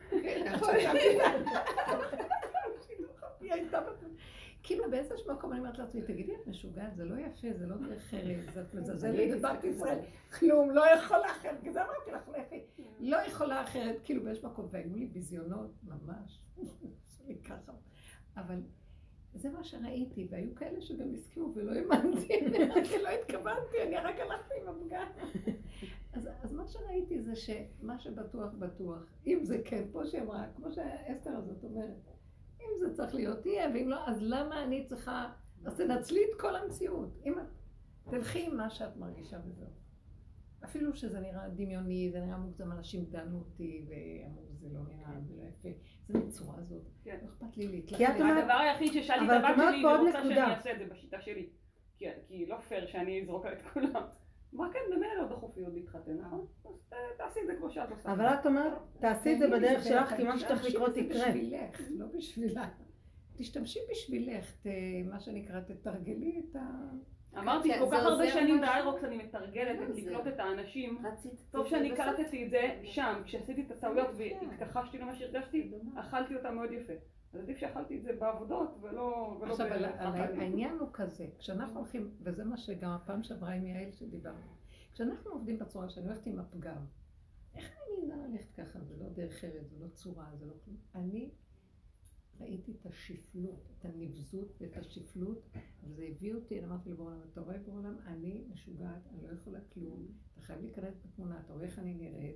היא הייתה בטוח. כאילו באיזשהו מקום אני אומרת לעצמי, תגידי, את משוגעת, זה לא יפה, זה לא דרך ארץ, את מזלזלת בבנק ישראל, כלום, לא יכולה אחרת, כי זה אמרתי לך, לכי, לא יכולה אחרת, כאילו באיזשהו מקום, והיו לי ביזיונות, ממש, עשו לי ככה, אבל זה מה שראיתי, והיו כאלה שגם הסכימו ולא האמנתי, כי לא התכוונתי, אני רק הלכתי עם הפגם. אז, אז מה שראיתי זה שמה שבטוח בטוח, אם זה כן, פה שאמרה, כמו שהאסתר הזאת אומרת, אם זה צריך להיות תהיה, ואם לא, אז למה אני צריכה, אז תנצלי את כל המציאות. אם את תלכי עם מה שאת מרגישה וזהו. אפילו שזה נראה דמיוני, זה נראה מוגזם, אנשים דנו אותי ואמרו זה לא נראה ולא יפה, זה מצורה הזאת, לא אכפת לי להתלכת. הדבר היחיד ששאלתי את הבת שלי, היא רוצה שאני אעשה את זה בשיטה שלי, כי לא פייר שאני אזרוק על את כולם. מה כן, במילא לא דחוף לי עוד להתחתן, נכון? אז תעשי את זה כמו שאת עושה. אבל את אומרת, תעשי את זה בדרך שלך, כי מה שצריך לקרות יקרה. בשבילך, לא בשבילה. תשתמשי בשבילך, מה שנקרא, תתרגלי את ה... אמרתי, כל כך הרבה שנים באיירוקס אני מתרגלת לקלוט את האנשים. טוב שאני קלטתי את זה שם, כשעשיתי את הטעויות והתכחשתי למה שהרגשתי, אכלתי אותה מאוד יפה. אז עדיף שאכלתי את זה בעבודות ולא... עכשיו, העניין הוא כזה, כשאנחנו הולכים, וזה מה שגם הפעם שעברה עם יעל שדיברנו, כשאנחנו עובדים בצורה שאני הולכת עם הפגם, איך אני נראה ללכת ככה? זה לא דרך ארץ, זה לא צורה, זה לא כלום. אני ראיתי את השפלות, את הנבזות ואת השפלות, וזה הביא אותי, אני אמרתי לבורא עולם, אתה רואה בורא עולם, אני משוגעת, אני לא יכולה כלום, אתה חייב להיכנס בתמונה, אתה רואה איך אני נראית,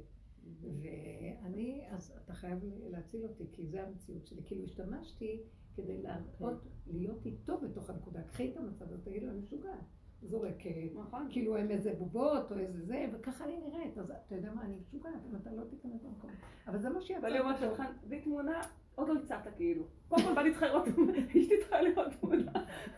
ואני, אז אתה חייב להציל אותי, כי זה המציאות שלי, כאילו השתמשתי כדי להראות, להיות איתו בתוך הנקודה, קחי את המצב, אז תגידו, אני משוגעת, זורקת, כאילו הם איזה בובות או איזה זה, וככה אני נראית, אז אתה יודע מה, אני משוגעת, אם אתה לא תיכנס במקום, אבל זה מה שיצא. אבל יום שלך, זה תמונה, עוד לא הצעת כאילו. קודם כל בא לי צריכה לראות, אשתי צריכה לראות תמונה.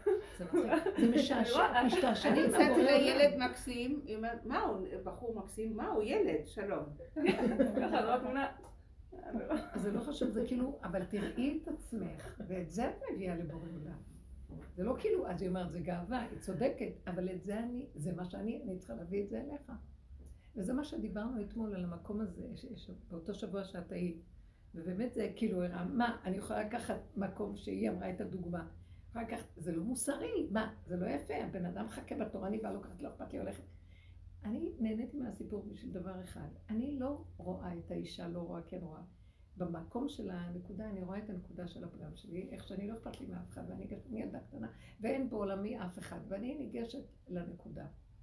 זה משעשע, משתעשע. אני הצעתי לילד מקסים, היא אומרת, מה הוא, בחור מקסים, מה הוא, ילד, שלום. ככה, זו התמונה. זה לא חשוב, זה כאילו, אבל תראי את עצמך, ואת זה את מביאה לבורא עולם. זה לא כאילו, אז היא אומרת, זה גאווה, היא צודקת, אבל את זה אני, זה מה שאני, אני צריכה להביא את זה אליך. וזה מה שדיברנו אתמול על המקום הזה, באותו שבוע שאת היית. ובאמת זה כאילו הראה, מה, אני יכולה לקחת מקום שהיא אמרה את הדוגמה. אחר כך, זה לא מוסרי, מה, זה לא יפה, הבן אדם חכה בתורה, אני באה לוקחת, לא אכפת לי הולכת. אני נהניתי מהסיפור בשביל דבר אחד. אני לא רואה את האישה, לא רואה, כן רואה. במקום של הנקודה, אני רואה את הנקודה של הפגם שלי, איך שאני לא אכפת לי מאף אחד, ואני ניגשת, אני ילדה קטנה, ואין בעולמי אף אחד, ואני ניגשת לנקודה.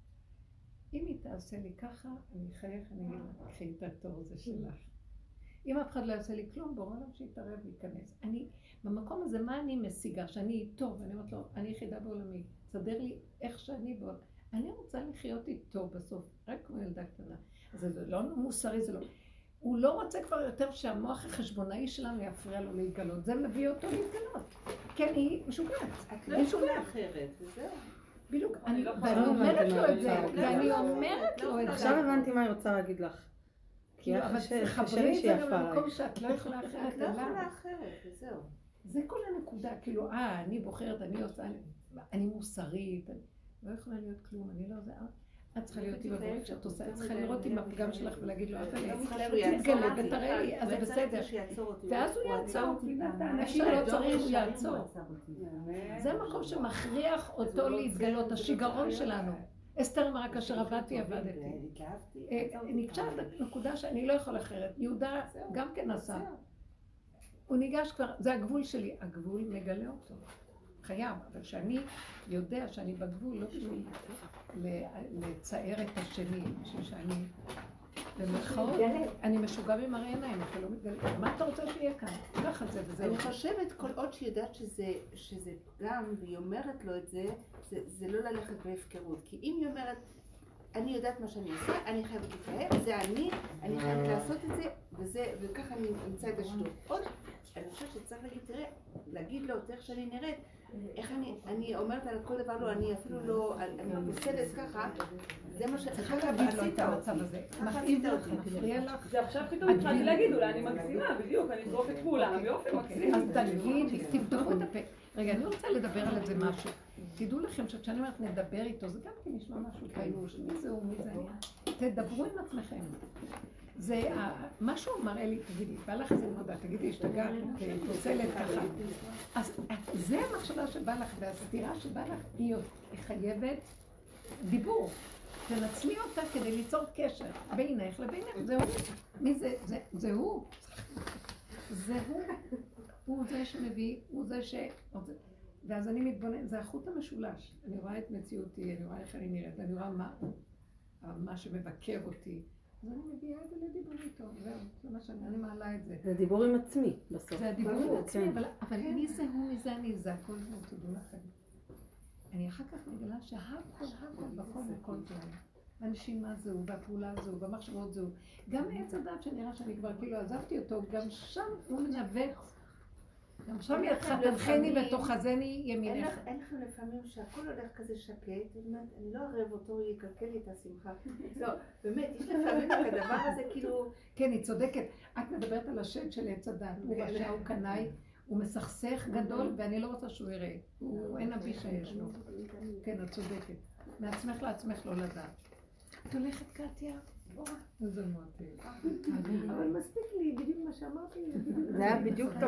אם היא תעשה לי ככה, אני אחייך, אני אגיד לה, קחי את התור הזה שלך. אם אף אחד לא יעשה לי כלום, בורא עולם שיתערב להיכנס. אני, במקום הזה, מה אני משיגה? שאני טוב, אני אומרת לו, אני יחידה בעולמי, תסדר לי איך שאני בעולם. אני רוצה לחיות איתו בסוף, רק כמו ילדה קטנה. אז זה לא מוסרי, זה לא... הוא לא רוצה כבר יותר שהמוח החשבונאי שלנו יפריע לו להתגלות. זה מביא אותו להתגלות. כן, היא משוגעת. את לא יכולה אחרת, וזהו. בדיוק, ואני אומרת לו את זה, ואני אומרת לו את זה. עכשיו הבנתי מה היא רוצה להגיד לך. כי אבל תחברי את זה גם למקום שאת לא יכולה אחרת. את לא יכולה אחרת, וזהו. זה כל הנקודה, כאילו, אה, אני בוחרת, אני עושה, אני מוסרית, לא יכולה להיות כלום, אני לא זה... את צריכה להיות עם הדברים שאת עושה, את צריכה לראות עם הפגם שלך ולהגיד לו, אבל תתגלה ותראה לי, אז זה בסדר. ואז הוא יעצור, אפשר לא צריך, הוא יעצור. זה מקום שמכריח אותו להתגלות, השיגרון שלנו. אסתר אמרה, כאשר עבדתי, עבדתי. נקשת נקודה שאני לא יכול אחרת. יהודה גם כן עשה. הוא ניגש כבר, זה הגבול שלי, הגבול מגלה אותו. חייב, אבל שאני יודע שאני בגבול, לא בשביל לצייר את השני, בשביל שאני, במרכאות, אני משוגע במראה עיניים, אתה לא מתגלה, מה אתה רוצה שיהיה כאן? ככה זה וזה. אני חושבת, כל עוד שהיא יודעת שזה פגם, והיא אומרת לו את זה, זה לא ללכת בהפקרות, כי אם היא אומרת, אני יודעת מה שאני עושה, אני חייבת להתאהב, זה אני, אני חייבת לעשות את זה, וככה אני אמצא את השטות. עוד, אני חושבת שצריך להגיד, תראה, להגיד לו, איך שאני נראית, איך אני, אני אומרת על כל דבר, לא, אני אפילו לא, אני בסדת ככה, זה מה ש... צריכה להגיד לו את המצב הזה. מכאיב לך, מפריע לך. זה עכשיו פתאום התחלתי להגיד, אולי אני מגזימה, בדיוק, אני אזרוק את כולם, ויופי מגזים. אז תגידי, תפתחו את הפה. רגע, אני רוצה לדבר על איזה משהו. תדעו לכם שכשאני אומרת נדבר איתו, זה גם כן נשמע משהו כאילו, מי זה הוא, מי זה אני. תדברו עם עצמכם. זה, מה שהוא מראה לי, תגידי, בא לך איזה מודע, תגידי, השתגעת, תוצלת ככה. אז זה המחשבה שבא לך, והסתירה שבא לך, היא חייבת דיבור. תנצלי אותה כדי ליצור קשר בינך לבינך, זה הוא. מי זה? זה הוא. זה הוא. הוא זה שמביא, הוא זה ש... ואז אני מתבונן, זה החוט המשולש. אני רואה את מציאותי, אני רואה איך אני נראית, אני רואה מה, מה שמבקר אותי. אז אני מביאה את זה לדיבור איתו, זהו, זה מה שאני, אני מעלה את זה. זה דיבור עם עצמי בסוף. זה הדיבור עם עצמי, אבל מי זה הוא, מי זה אני, זה הכל כמו תדעו לכם. אני אחר כך מגלה שהכל, הכל, בכל וכל זה. הנשימה זהו, והפעולה זהו, והמחשבות זהו. גם עץ הדת שנראה שאני כבר כאילו עזבתי אותו, גם שם הוא מנווט. גם שם ידך תלכני ותאחזני ימינך. אין לכם לפעמים שהכל הולך כזה שקט, אני לא ארב אותו, הוא יקלקל לי את השמחה. לא, באמת, יש לפעמים את הדבר הזה כאילו... כן, היא צודקת. את מדברת על השד של עץ הדת. הוא רשע, הוא קנאי, הוא מסכסך גדול, ואני לא רוצה שהוא יראה. הוא אין אבי שיש לו. כן, את צודקת. מעצמך לעצמך לא לדעת. את הולכת קטיה? איזה מועטים. אבל מספיק לי, בדיוק מה שאמרתי. זה היה בדיוק טוב.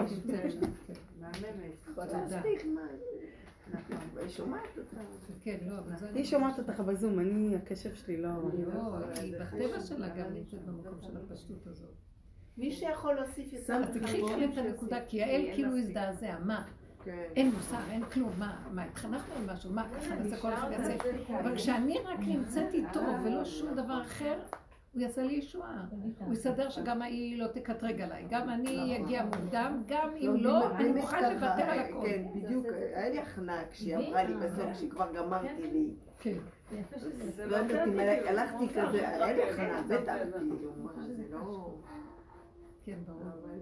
מהממת. מספיק, מה? היא שומעת אותה. כן, לא, אבל זה... היא שומעת אותך בזום, אני, הקשב שלי לא... לא, היא בטבע שלה גם נמצאת במקום של הפשטות הזאת. מי שיכול להוסיף יותר... אז תקחי שם את הנקודה, כי האל כאילו הזדעזע, מה? אין מוסר, אין כלום, מה, מה, התחנכנו על משהו, מה, ככה נעשה כל אחד יעשה. אבל כשאני רק נמצאת איתו ולא שום דבר אחר, הוא יעשה לי ישועה. הוא יסדר שגם היא לא תקטרג עליי, גם אני אגיע מוקדם, גם אם לא, אני מוכן לוותר על הכל. כן, בדיוק, היה לי הכנעה כשהיא אמרה לי בסוף, כשכבר גמרתי לי. כן. לא יודעת אם הלכתי כזה, היה לי הכנעה, בטח, כאילו, מה, זה לא... כן, ברור. אבל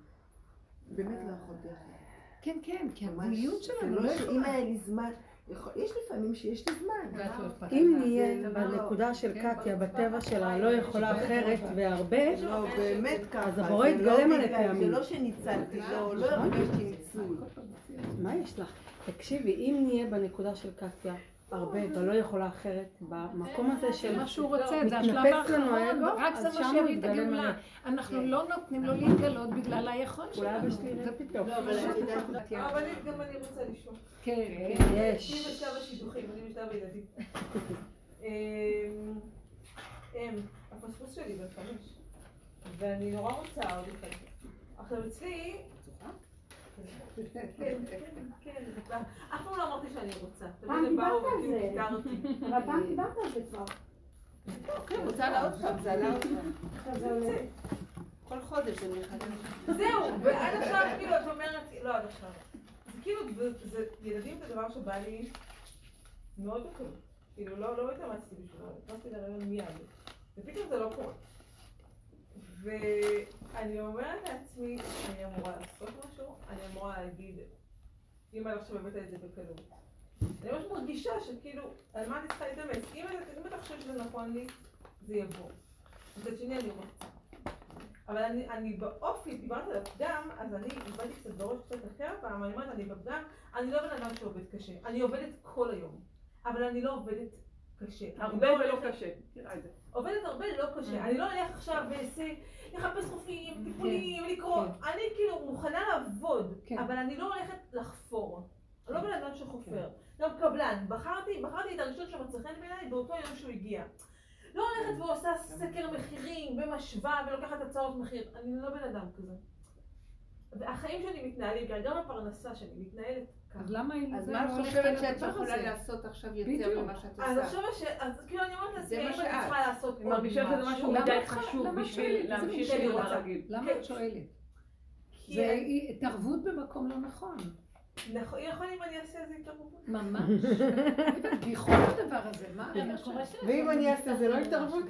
באמת לא יכולתי אחרת. כן, כן, כי המדיניות שלנו לא יכולה. אם היה לי זמן, יש לפעמים שיש לי זמן. אם נהיה בנקודה של קטיה, בטבע שלה, לא יכולה אחרת והרבה, לא, באמת ככה. אז הבורא יתגלה מלא פעמים. זה לא שניצלתי, לא הרגשתי ניצול. מה יש לך? תקשיבי, אם נהיה בנקודה של קטיה, הרבה ולא יכולה אחרת, במקום הזה של מה שהוא רוצה, זה השלב מתנפץ לנו האחרון, האגו, רק זה אז מה שם הוא שיביא את יתגלה הגאולה. מלא. אנחנו לא נותנים לו להתגלות בגלל היכולת אולי שלנו. אבא שלי יראה פתאום. לא, אבל אני יודעת... אבל גם אני רוצה לשאול. כן, יש. אני בשלב השידוכים, אני בשלב הילדים. הפספוס שלי בן חמש, ואני נורא רוצה עוד אחד. עכשיו אצלי... כן, כן, כן, אף פעם לא אמרתי שאני רוצה. פעם דיברת על זה. פיתרתי. אבל פעם דיברת על זה כבר. כן, רוצה לעוד פעם, זה עלה עוד פעם. כל חודש זה מחדש. זהו, ועד עכשיו כאילו את אומרת, לא עד עכשיו. זה כאילו, ילדים זה דבר שבא לי מאוד בקלות. כאילו לא התאמצתי בשבילו, התאמצתי לרעיון מיד. ופתאום זה לא קורה. ואני אומרת לעצמי, אני אמורה לעשות משהו, אני אמורה להגיד, אם אני עכשיו הבאת את זה בקלות. אני ממש מרגישה שכאילו, על מה אני צריכה להתאמץ? אם אתה חושב שזה נכון לי, זה יבוא. מצד שני אני רוצה. אבל אני, אני באופי, דיברת על הפגם, אז אני עובדת קצת בראש קצת אחר פעם, אני אומרת, אני בפגם, אני לא בן אדם שעובד קשה. אני עובדת כל היום, אבל אני לא עובדת קשה. הרבה ולא קשה, תראה את זה. עובדת הרבה לא קשה. אני לא אלך עכשיו ואעשה, לחפש חופים, טיפולים, לקרוא. אני כאילו מוכנה לעבוד, אבל אני לא הולכת לחפור. אני לא בן אדם שחופר. גם קבלן, בחרתי, בחרתי את הראשון שמצא חן בעיניי באותו יום שהוא הגיע. לא הולכת ועושה סקר מחירים ומשווה ולוקחת הצעות מחיר. אני לא בן אדם כזה. והחיים שלי מתנהלים, גם הפרנסה שלי מתנהלת ככה. אז למה היא... אז מה את חושבת שאת יכולה לעשות עכשיו יותר ממה שאת עושה? אז עכשיו, אז כאילו אני אומרת לעצמי, אם אני צריכה לעשות עוד משהו. אני מרגישה שזה משהו מדי חשוב בשביל להמשיך להיות רגיל. למה את שואלת? זה התערבות במקום לא נכון. נכון, יכול אם אני אעשה איזה התערבות? ממש. בגיחון הדבר הזה, מה? ואם אני אעשה זה לא התערבות?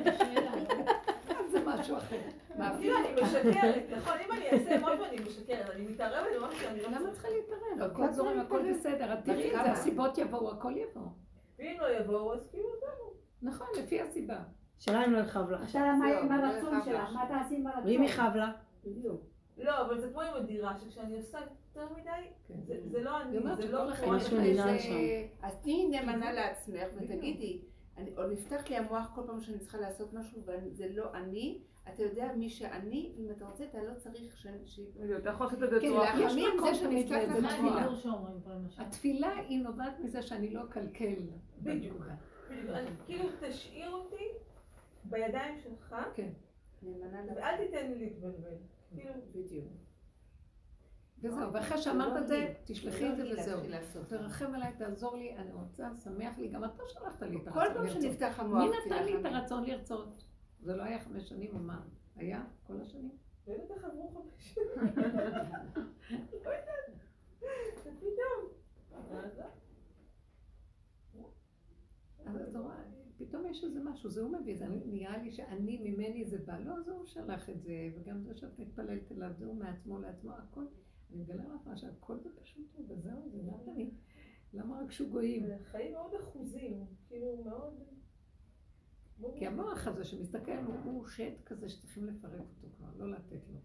זה משהו אחר. כאילו אני משקרת, נכון? אם אני אעשה משהו אני משקרת, אני מתערבת במשהו שאני לא... למה צריכה להתערב? הכל זורם, הכל בסדר. את תראי את זה, הסיבות יבואו, הכל יבוא. ואם לא יבואו, אז כאילו זהו. נכון, לפי הסיבה. שאלה אם לא יכאב לך. השאלה מה הרצון שלה, מה תעשי עם הרצון? ואם יכאב לה? לא, אבל זה כמו עם הדירה, שכשאני עושה יותר מדי, זה לא אני, זה לא... משהו ננעל שם. אז תהיי נאמנה לעצמך ותגידי, או נפתח לי המוח כל פעם שאני צריכה לעשות משהו וזה לא אני, אתה יודע מי שאני, אם אתה רוצה אתה לא צריך ש... אתה יכול לעשות את זה בצורה אחרת. יש מקום שנפתח לך התפילה. התפילה היא נובעת מזה שאני לא אקלקל. בדיוק. כאילו תשאיר אותי בידיים שלך, ואל תיתן לי להתבלבל. כאילו, בדיוק. וזהו, ואחרי שאמרת את זה, תשלחי את זה וזהו. תרחם עליי, תעזור לי, אני רוצה, שמח לי, גם אתה שלחת לי את הרצון לרצות. כל פעם שנפתח המוח. מי נתן לי את הרצון לרצות? זה לא היה חמש שנים או מה? היה? כל השנים? לא יודעת איך עברו חמש שנים. לא יודעת. זה פתאום. אז אתה רואה, פתאום יש איזה משהו, זה הוא מביא, זה נראה לי שאני, ממני זה בא, לא, זה הוא שלח את זה, וגם זה שאת מתפללת אליו, זה הוא מעצמו לעצמו, הכל, אני מגלה לך מה שהכל זה פשוט טוב, וזהו, זה למה אני, למה רק שוגויים? זה חיים מאוד אחוזים, כאילו מאוד... כי המוח הזה שמסתכל, הוא שט כזה שצריכים לפרק אותו כבר, לא לתת לו.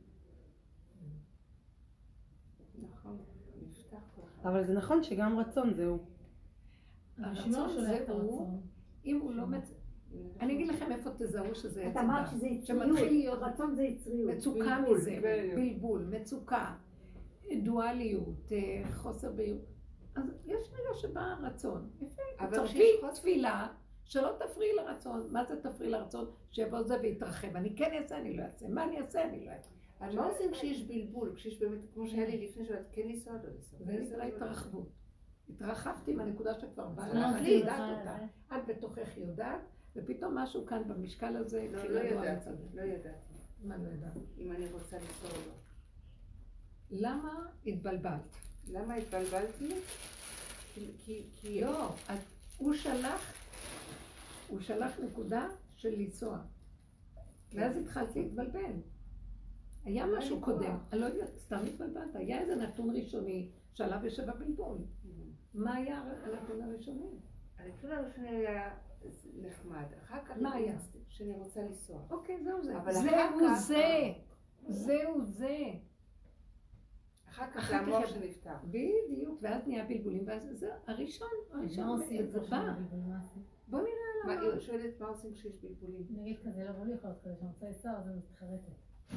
נכון, נפתח לך. אבל זה נכון שגם רצון זהו. הרצון זהו, אם הוא לא מצ... אני אגיד לכם איפה תזהו שזה יצא. את אמרת שזה יצריות, רצון זה יצריות. מצוקה מזה, בלבול, מצוקה, דואליות, חוסר בהירות. אז יש רגע שבא רצון. צורכי תפילה, שלא תפריעי לרצון. מה זה תפריעי לרצון? שיבוא זה ויתרחב. אני כן אעשה, אני לא אעשה. מה אני אעשה, אני לא אעשה. אז מה עושים כשיש בלבול? כשיש באמת, כמו שהיה לי לפני שאת כן לנסוע, לא לנסוע. זה נקרא התרחבות. התרחבתי מהנקודה שכבר באה לך, אני יודעת אותה. את בתוכך יודעת, ופתאום משהו כאן במשקל הזה, לא, לא ידעתי, לא ידעתי. מה לא ידעתי? אם אני רוצה לנסוע או לא. למה התבלבלת? למה התבלבלתי? כי... לא, הוא שלח, הוא שלח נקודה של לנסוע. ואז התחלתי להתבלבל. היה משהו קודם, אני לא יודעת, סתם התבלבלת, היה איזה נתון ראשוני שעליו יושב הבלבול. מה היה הנתון הראשוני? הנתון הראשוני היה נחמד, אחר כך... מה היה? שאני רוצה לנסוע. אוקיי, זהו זה. זהו זה, זהו זה. אחר כך זה המוח שנפתח. בדיוק, ואז נהיה בלבולים, ואז זה הראשון, הראשון, זה בא. בוא נראה למה. היא שואלת מה עושים כשיש בלבולים. נגיד כזה, לא בוא לי יכולת כזה, שאני רוצה לנסוע, אז אני מתחרטת.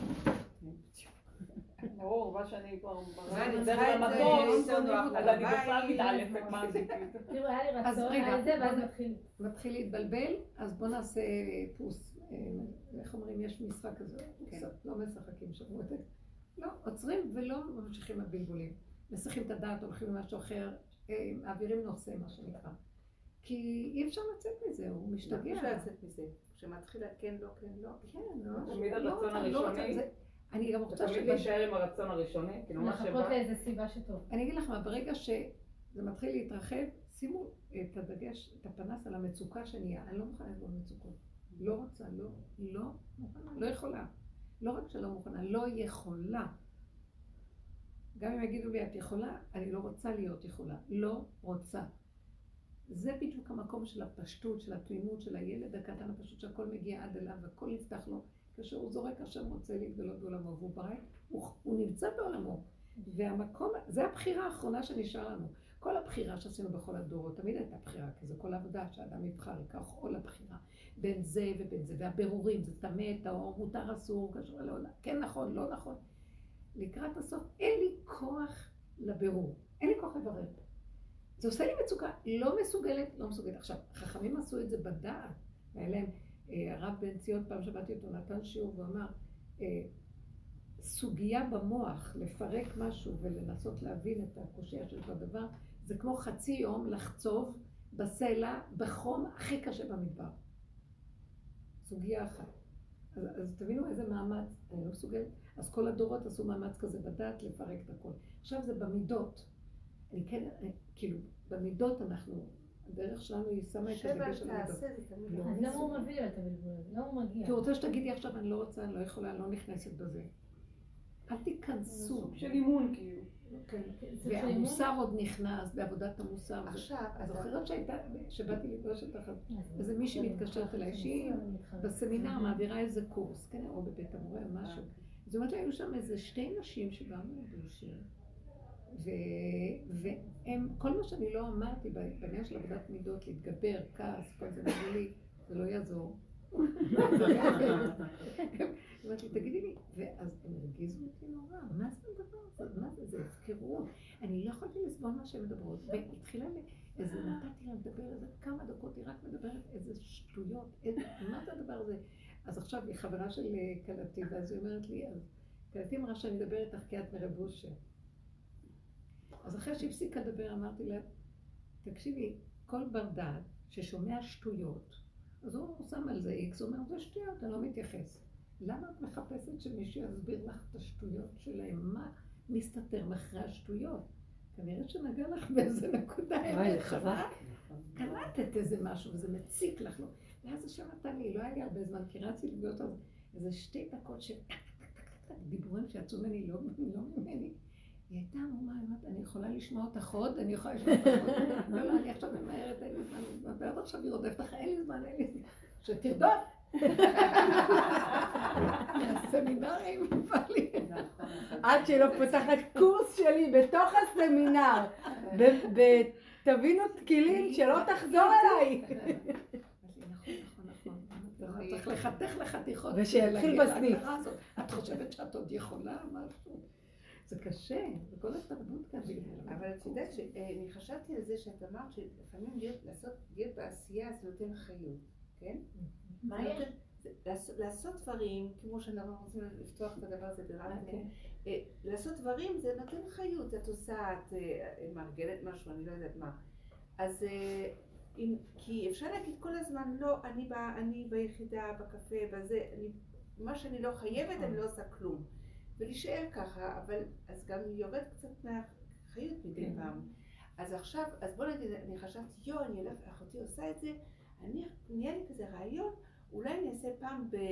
ברור, מה שאני כבר אני זה במטוס, אז אני בכלל מתעלפת מה זה. תראו, היה לי רצון, היה זה, ואז מתחיל. מתחיל להתבלבל, אז בוא נעשה פוס. איך אומרים, יש משחק כזה, לא משחקים שבוע. לא, עוצרים ולא ממשיכים הבלבולים. מסכים את הדעת, הולכים למשהו אחר, מעבירים נושא, מה שנקרא. כי אי אפשר לצאת מזה, הוא משתגע. אי אפשר לצאת מזה. כשמתחילה כן, לא, כן, לא. כן, לא. תמיד הרצון הראשוני. אני גם רוצה תמיד להישאר עם הרצון הראשוני, כאילו מה שבא. לחכות לאיזה סיבה שטוב. אני אגיד לך מה, ברגע שזה מתחיל להתרחב, שימו את הדגש, את הפנס על המצוקה שנהיה. אני לא מוכנה לבוא במצוקות. לא רוצה, לא, לא מוכנה, לא יכולה. לא רק שלא מוכנה, לא יכולה. גם אם יגידו לי, את יכולה, אני לא רוצה להיות יכולה. לא רוצה. זה בדיוק המקום של הפשטות, של התמימות, של הילד הקטן הפשוט, שהכל מגיע עד אליו, והכל נפתח לו. כאשר הוא זורק, השם רוצה להתגלות בעולמו, והוא ברק, הוא, הוא נמצא בעולמו. והמקום, זה הבחירה האחרונה שנשאר לנו. כל הבחירה שעשינו בכל הדורות, תמיד הייתה בחירה, כי זה כל עבודה שהאדם יבחר, ייקח עול הבחירה. בין זה ובין זה, והבירורים, זה טמא, טהור, מותר, אסור, קשור לעולם. כן נכון, לא נכון. לקראת הסוף, אין לי כוח לבירור, אין לי כוח לברר. זה עושה לי מצוקה, לא מסוגלת, לא מסוגלת. עכשיו, חכמים עשו את זה בדעת, והיה להם, הרב בן ציון, פעם שבאתי אותו, נתן שיעור ואמר, סוגיה במוח, לפרק משהו ולנסות להבין את הקושיה של הדבר, זה כמו חצי יום לחצוב בסלע, בחום הכי קשה במדבר. סוגיה אחת. אז, אז תבינו איזה מאמץ, אני לא מסוגלת. אז כל הדורות עשו מאמץ כזה בדעת לפרק את הכל. עכשיו זה במידות. אני כן, אני, כאילו, במידות אנחנו, הדרך שלנו היא שמה את הדגש על המידות. אז למה הוא מביא את הבלבול הזה? למה הוא מגיע? כי הוא רוצה שתגידי עכשיו, אני לא רוצה, אני לא יכולה, אני לא נכנסת בזה. אל תיכנסו. סוג של אימון כאילו. והמוסר עוד נכנס בעבודת המוסר. עכשיו, זוכרת שהייתה, שבאתי לפגוש אותך, איזה מישהי מתקשרת אליי, שהיא בסמינר מעבירה איזה קורס, כן, או בבית המורה או משהו. זאת אומרת, היו שם איזה שתי נשים שבאו לבושר, והם, כל מה שאני לא אמרתי בעניין של עבודת מידות, להתגבר, כעס, כל זה נגיד לי, זה לא יעזור. אמרתי לי, תגידי לי, ואז הם הרגיזו אותי נורא, מה זה הדבר הזה? מה זה? זה הפקרות. אני לא יכולתי לסבול מה שהן מדברות, והתחילה לי, איזה נתתי לה לדבר איזה כמה דקות, היא רק מדברת איזה שטויות, מה זה הדבר הזה? אז עכשיו היא חברה של קלטי, ואז היא אומרת לי, אז קלטי אמרה שאני מדברת איתך כי את מרב אושר. אז אחרי שהפסיקה לדבר, אמרתי לה, תקשיבי, כל בר דעת ששומע שטויות, אז הוא שם על זה איקס, הוא אומר, זה שטויות, אני לא מתייחס. למה את מחפשת שמישהו יסביר לך את השטויות שלהם? מה מסתתר מאחורי השטויות? כנראה שנגע לך באיזה נקודה, וואי, חזק. קלטת איזה משהו וזה מציק לך לו. ואז השם נתן לי, לא היה לי הרבה זמן, כי רציתי לביא אותו איזה שתי דקות של דיבורים שיצאו ממני, לא ממני. היא הייתה אמרה, אני יכולה לשמוע אותך עוד, אני יכולה לשמוע אותך עוד. לא, לא, אני עכשיו ממהרת, אין לי זמן, ועד עכשיו היא רודפת לך, אין לי זמן, אין לי זמן. שתרדוף! הסמינרים, לי. עד שלא פותחת קורס שלי בתוך הסמינר, בתבינות תקילים שלא תחזור אליי. נכון, נכון, נכון. צריך לחתך לחתיכות. ושיתחיל בסניף. את חושבת שאת עוד יכולה משהו? זה קשה, וכל התרבות כאן. אבל את יודעת שאני חשבתי על זה שאת אמרת שלפעמים להיות בעשייה זה נותן חיות, כן? מה יש? לעשות דברים, כמו שאנחנו רוצים לפתוח את הדבר הזה ברמת, לעשות דברים זה נותן חיות, את עושה, את מארגנת משהו, אני לא יודעת מה. אז כי אפשר להגיד כל הזמן, לא, אני ביחידה, בקפה, בזה, מה שאני לא חייבת, אני לא עושה כלום. ולהישאר ככה, אבל אז גם יורד קצת מהחיות מדי פעם. אז עכשיו, אז בוא נגיד, אני חשבתי, יו, אני אלך, אחותי עושה את זה, אני, נהיה לי כזה רעיון, אולי אני אעשה פעם, ב,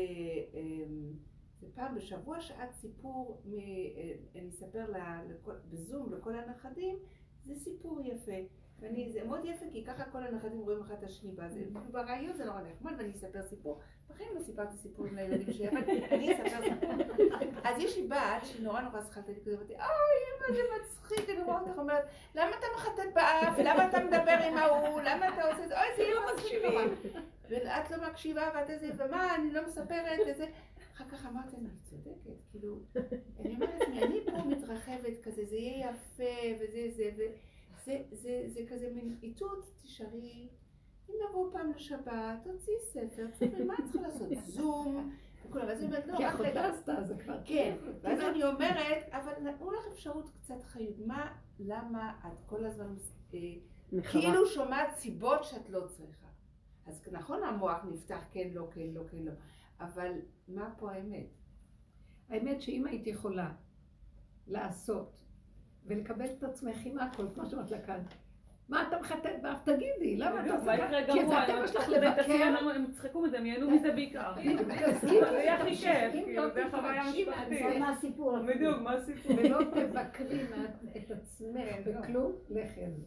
פעם בשבוע שעת סיפור, מ, אני אספר לכל, בזום לכל הנכדים, זה סיפור יפה. ואני, זה מאוד יפה, כי ככה כל הנכדים רואים אחת את השני בה, זה ברעיון זה נורא נחמד, ואני אספר סיפור. בחיים לא סיפרתי סיפורים לילדים שלי, אבל אני אספר סיפור. אז יש לי בת שהיא נורא נורא שחלת לי כזה, ואמרתי, אוי, מה זה מצחיק, אני רואה אותך, אומרת, למה אתה מחטט באף, למה אתה מדבר עם ההוא, למה אתה עושה את זה, אוי, זה יהיה מצחיק נורא. ואת לא מקשיבה, ואת איזה, ומה, אני לא מספרת, וזה. אחר כך אמרתי, אני צודקת, כאילו, אני אומרת, אני פה מתרחבת כזה, זה יהיה יפה, וזה, זה, ו... זה, זה, זה כזה מין איתות, תשארי, אם נבוא פעם לשבת, תוציאי ספר, תספרי, מה את צריכה לעשות? זום, וכולם, אז אני אומרת, לא, כי אחותה עשתה, זה כבר כן, ואז אני אומרת, אבל נתנו לך אפשרות קצת חיות, מה, למה את כל הזמן כאילו שומעת סיבות שאת לא צריכה? אז נכון, המוח נפתח, כן, לא, כן, לא, כן, לא, אבל מה פה האמת? האמת שאם היית יכולה לעשות, ולקבל את עצמך עם הכל, כמו שאומרת לה כאן. מה אתה מחטט באף? תגידי, למה אתה עושה ככה? כי זה הטבע שלך לבקר. הם צחקו מזה, הם ייהנו מזה בעיקר. זה יהיה הכי כיף, זה חוויה משפטית. מה הסיפור? בדיוק, מה הסיפור? ולא תבקרי את עצמך בכלום, לכי על זה.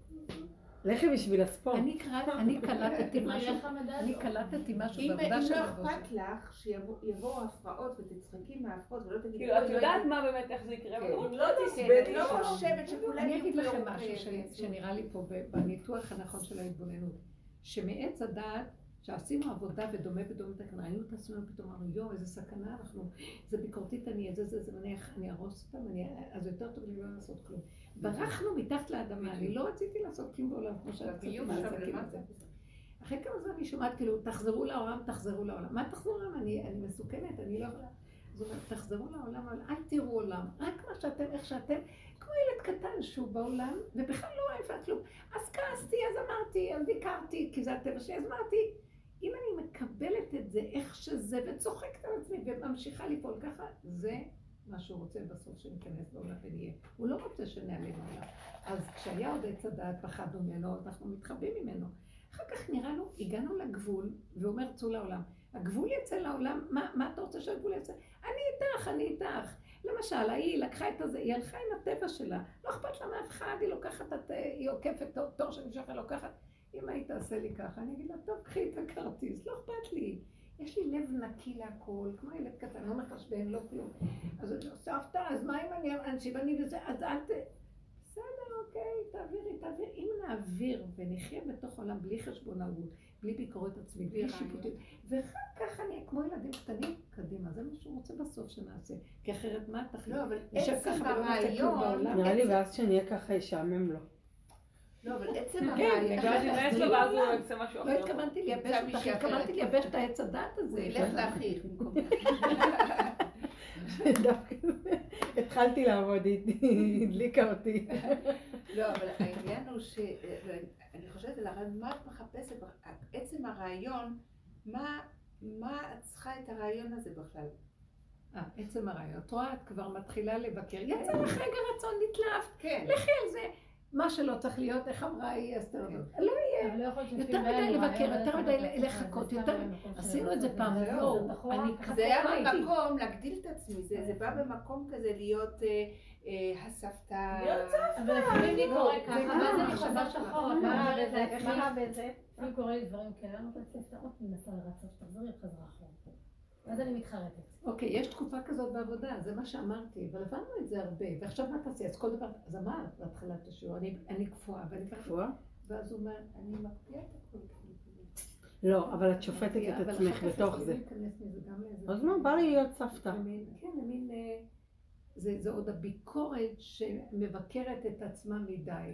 לכי בשביל הספורט. אני קלטתי משהו, אני קלטתי משהו בעבודה של אם לא אכפת לך שיבואו הפרעות ותצחקים מההפרעות ולא תגידי... כאילו, את יודעת מה באמת, איך זה יקרה? אם לא תסבט, לא חושבת שכולם... אני אגיד לכם משהו שנראה לי פה בניתוח הנכון של ההתבוננות. שמעץ הדעת, שעשינו עבודה ודומה בדומה תקנה, היינו את עצמנו פתאום, אמרנו, יו, איזה סכנה אנחנו, זה ביקורתית, אני זה, זה, זה, אני ארוס אותם, אז יותר טוב לי לא לעשות כלום. ברחנו מתחת לאדמה, אני לא רציתי לעשות כלום בעולם, כמו שאת רציתי מהעסקים הזה. אחרי כמה זמן אני שומעת, כאילו, תחזרו לעולם, תחזרו לעולם. מה תחזרו לעולם? אני מסוכנת, אני לא יכולה. זאת אומרת, תחזרו לעולם, אבל אל תראו עולם. רק מה שאתם, איך שאתם, כמו ילד קטן שהוא בעולם, ובכלל לא אוהב כלום. אז כעסתי, אז אמרתי, אז ביקרתי, כי זה הטבע שלי, אז אמרתי, אם אני מקבלת את זה, איך שזה, וצוחקת על עצמי, וממשיכה לפעול ככה, זה מה שהוא רוצה בסוף שניכנס בעולם ונהיה. הוא לא רוצה שנעלם עליו. אז כשהיה עוד עץ הדעת פחדנו ממנו, אנחנו מתחבאים ממנו. אחר כך נראה לו, הגענו לגבול, והוא אומר, צאו לעולם. הגבול יצא לעולם, מה, מה אתה רוצה שהגבול יצא? אני איתך, אני איתך. למשל, היא לקחה את הזה, היא הלכה עם הטבע שלה, לא אכפת לה מאף אחד, היא לוקחת את, היא עוקפת תור שמשכה לוקחת. אם היית תעשה לי ככה, אני אגיד לה, טוב, קחי את הכרטיס, לא אכפת לי. יש לי לב נקי להכל, כמו ילד קטן, לא מחשבן, לא כלום. אז אני עושה הפתעה, אז מה אם אני אנשים, אני וזה, אז אל ת... בסדר, אוקיי, תעבירי, תעבירי. אם נעביר ונחיה בתוך עולם בלי חשבונאות, בלי ביקורת עצמית, בלי שיפוטית, ואחר כך אני, כמו ילדים קטנים, קדימה, זה מה שהוא רוצה בסוף שנעשה. כי אחרת מה תחליט? לא, אבל עצם הרעיון... נראה לי ואז שנהיה ככה ישעמם לו. לא, אבל עצם הרעיון... ואז נראה שלו ואז הוא יוצא משהו אחר. לא התכוונתי לייבש אותך, התכוונתי לייבש את העץ הדת הזה. הוא ילך לאחיך במקום. התחלתי לעבוד, היא הדליקה אותי. לא, אבל העניין הוא ש... אני חושבת על הרעיון, מה את מחפשת? עצם הרעיון, מה את צריכה את הרעיון הזה בכלל? אה, עצם הרעיון. את רואה, את כבר מתחילה לבקר. יצא לך רגע רצון, נתלהבת. כן. לכי על זה. מה שלא צריך להיות, איך אמרה היא אסתר הזאת. לא יהיה. יותר מדי לבקר, יותר מדי לחכות, יותר... עשינו את זה פעם. לא, אני ככה... זה היה במקום להגדיל את עצמי. זה בא במקום כזה להיות הסבתא... להיות סבתא. אבל לפעמים לי קורה ככה, ואז אני חוזר שחור. מה בזה? מה בזה? לפעמים קורה לי דברים כאלה, אני רוצה להסתרות, אני מנסה לרצות, שתחזרי חזרה אחורה. ואז אני מתחרטת. אוקיי, יש תקופה כזאת בעבודה, זה מה שאמרתי, אבל הבנו את זה הרבה, ועכשיו מה תעשי? אז כל דבר, אז אמרת בהתחלת השיעור, אני קפואה, ואני קפואה, ואז הוא אומר, אני מקפיאה את הכל. לא, אבל את שופטת את עצמך בתוך זה. אז מה, בא לי להיות סבתא. כן, מין, זה עוד הביקורת שמבקרת את עצמה מדי.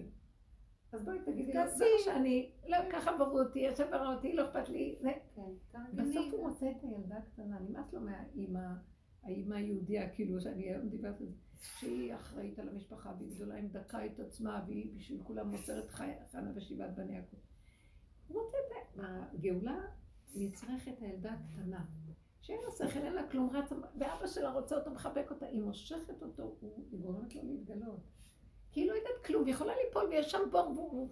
אז בואי תגידי לו, זה שאני, לא, ככה ברו אותי, ישב ברא אותי, לא אכפת לי, זה. בסוף הוא מוצא את הילדה הקטנה, נמאס לו מהאימא, האימא היהודיה, כאילו שאני היום דיברת על זה, שהיא אחראית על המשפחה, והיא גדולה עם דקה את עצמה, והיא בשביל כולם מוסרת חנה ושבעת בני יעקב. הוא מוצא את הגאולה, נצרכת הילדה הקטנה, שאין לה שכל, אין לה כלום, רצה, ואבא שלה רוצה אותו, מחבק אותה, היא מושכת אותו, היא גורמת לו להתגלות. כי היא לא יודעת כלום, היא יכולה ליפול ויש שם בור והוא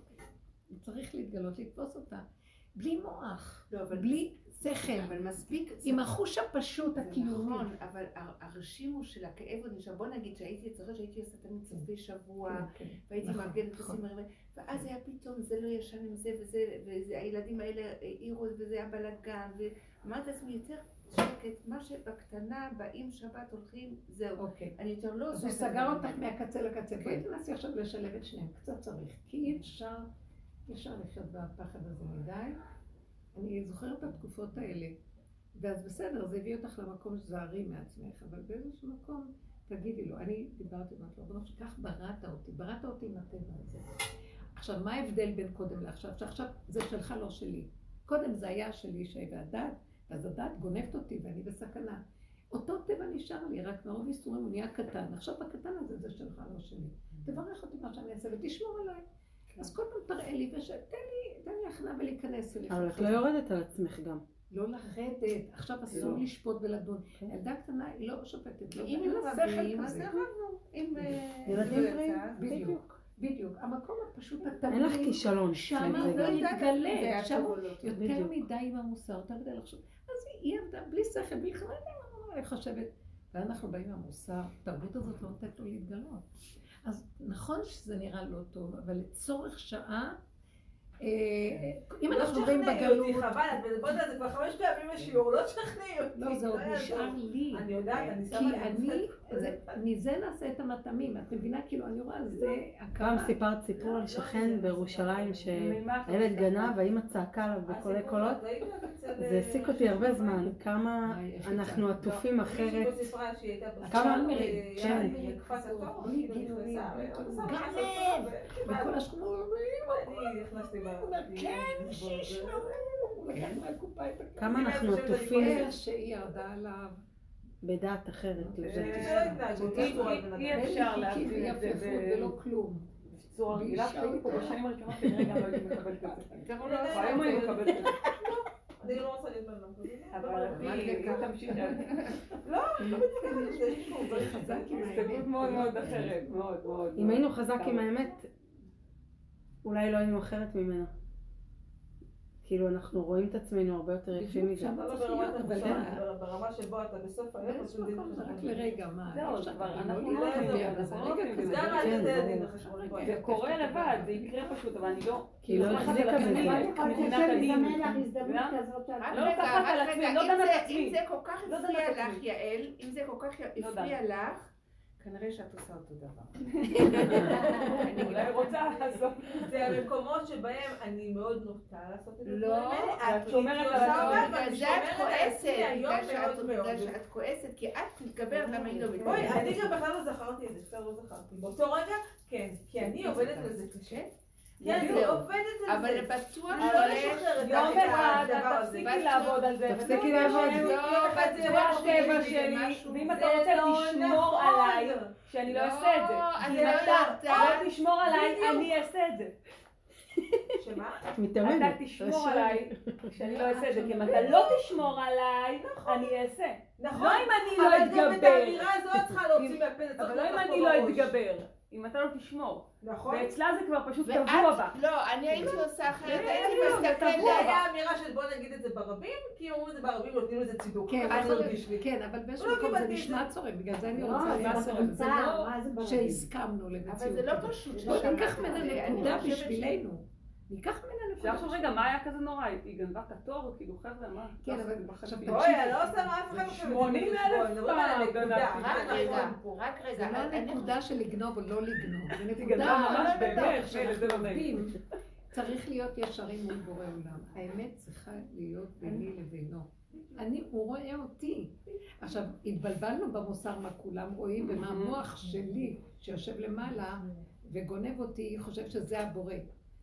צריך להתגלות, לתפוס אותה. בלי מוח, לא, אבל בלי שכל, אבל מספיק... עם החוש הפשוט, זה הקיומי. נכון, אבל הרשימו של הכאב עוד נשאר, בוא נגיד שהייתי יצרת שהייתי עושה תמיד סופי שבוע, והייתי מארגנת עושים הרבה, ואז היה פתאום, זה לא ישן עם זה וזה, והילדים האלה העירו וזה היה בלגן, ואמרת לעצמי יותר שקט, מה שבקטנה באים שבת הולכים, זהו. אני יותר לא עושה... אז הוא סגר אותך מהקצה לקצה, בואי תנסי עכשיו לשלב את שניהם, קצת צריך, כי אי אפשר, אי אפשר לחיות בפחד הזה מדי. אני זוכרת את התקופות האלה, ואז בסדר, זה הביא אותך למקום שזערי מעצמך, אבל באיזשהו מקום, תגידי לו, אני דיברתי ואומרת לו, בוא שכך בראת אותי, בראת אותי עם הטבע הזה. עכשיו, מה ההבדל בין קודם לעכשיו? שעכשיו זה שלך, לא שלי. קודם זה היה שלי, שי והדת, אז הדת גונבת אותי ואני בסכנה. אותו טבע נשאר לי, רק מרוב איסורים הוא נהיה קטן. עכשיו הקטן הזה זה שלך, לא שלי. תברך אותי מה שאני אעשה ותשמור עליי. אז כל פעם תראה לי ושתן לי, תן לי הכנעה ולהיכנס אליך. אבל את לא יורדת על עצמך גם. לא לרדת, עכשיו אסור לשפוט ולדון. ילדה קטנה היא לא שופטת, לא אם הם רבים, אז זה רבנו. ילדים בריאים, בדיוק. בדיוק, המקום הפשוט התמיד, אין לך כישלון, שם לא יתגלה, שם יותר מדי עם המוסר, יותר מדי לחשוב, אז היא עבדה בלי שכל, בלי חמדה, אני חושבת, ואנחנו באים עם המוסר, התרבות הזאת לא נותנת לו להתגלות, אז נכון שזה נראה לא טוב, אבל לצורך שעה, אם אנחנו אומרים בגלות... לא תשכנעי אותי, חבל, את מדברת על זה כבר חמש פעמים בשיעור, לא תשכנעי אותי. לא, זה עוד נשאר לי. אני יודעת, אני שמה... כי אני, מזה נעשה את המתאמים, את מבינה? כאילו, אני רואה, זה... פעם סיפרת סיפור על שכן בירושלים שהילד גנב, האמא צעקה עליו בקולי קולות. זה העסיק אותי הרבה זמן, כמה אנחנו עטופים אחרת. מישהי בסיפרה שהיא הייתה בספרה, כמה... כן. היא קפת התור, היא נכנסה, גנב! וכל השכונות, אני נכנסתי בה. כן, שישמעו! כמה אנחנו עטופים שהיא ירדה עליו בדעת אחרת. אי אפשר להביא את זה ולא כלום. בצורה רגילה, כשהייתי פה בשנים הראשונות כנראה גם לא הייתי מקבלת את זה. היום אני מקבלת את זה. אני לא רוצה להיות בנם. אבל אני תמשיך. לא, לא מתקבלת. זה הסתגלות מאוד מאוד אחרת, מאוד מאוד. אם היינו חזק עם האמת, אולי לא היינו אחרת ממנה. כאילו אנחנו רואים את עצמנו הרבה יותר יפים מזה. ברמה שבו אתה בסוף היום, זה רק לרגע, מה? זהו, כבר אנחנו לא יודעים, זה קורה לבד, זה יקרה פשוט, אבל אני לא... כי לא החזיקה בזה. אני חושב לזמן לך הזדמנות כזאת. לא לקחת על עצמי, לא דנת עצמי. אם זה כל כך הפריע לך, יעל, אם זה כל כך הפריע לך, כנראה שאת עושה אותו דבר. אני אולי רוצה לעשות. זה המקומות שבהם אני מאוד נוטה לעשות את זה. לא, את שומרת על עצמך. בגלל זה את כועסת, בגלל שאת כועסת, כי את מתגברת למה היא לא מתגברת. בואי, אני גם בכלל לא זכרתי את זה, בסדר, לא זכרתי. באותו רגע, כן, כי אני עובדת על זה קשה, כן, זה עובדת על זה. אבל בטוח יום אחד את תפסיקי לעבוד על זה. תפסיקי לעבוד. לא, זה הטבע שלי, ואם אתה רוצה לשמור עליי, שאני לא אעשה את זה. אם אתה לא תשמור עליי, אני אעשה את זה. שמה? את מתאמנת. אתה תשמור עליי, שאני לא אעשה את זה, כי אם אתה לא תשמור עליי, אני אעשה. נכון. לא אם אני לא אבל גם את אתגבר. האמירה הזאת צריכה להוציא מהפה, זה צריך אבל לא אם להיות אני לך לא בראש. אתגבר. אם אתה לא תשמור. נכון. ואצלה זה כבר פשוט ואת- טבוע בה. לא, אני הייתי עושה אחרת, כן, הייתי לא, זה מסתכלת. טבוע. זה היה אמירה של בוא נגיד את זה ברבים, כי אומרים את זה ברבים נותנים לזה צידוק. כן, ככה זה אבל- הרגיש לי. כן, אבל באיזשהו לא מקום זה קיבלתי את נשמע צורם, בגלל זה אני לא, רוצה זה לעשות את זה. בקבוצה, לא מה זה ברבים? שהסכמנו למציאות. אבל זה לא פשוט בואו ששמעת ניקח את ממנה זה. אני נקודה חושבת ש- בשבילנו. ניקח ממנה אפשר נקודה לחשוב רגע, מה היה כזה נורא? היא גנבה את התור, כאילו חבר'ה, מה? כן, אבל בחצי. עכשיו בואי, אני לא עושה אף אחד שמונים אלף פעם גנבתי. רק רגע, רק רגע. זה לא אני הנקודה של לגנוב או לא לגנוב. זה גנבה נקודה ממש לא באמת, לדעת מילא, זה שאנחנו לא נעים. עובדים. צריך להיות ישרים מול בורא עולם. האמת צריכה להיות ביני לבינו. אני, הוא רואה אותי. עכשיו, התבלבלנו במוסר מה כולם רואים ומה המוח שלי שיושב למעלה וגונב אותי, חושב שזה הבורא.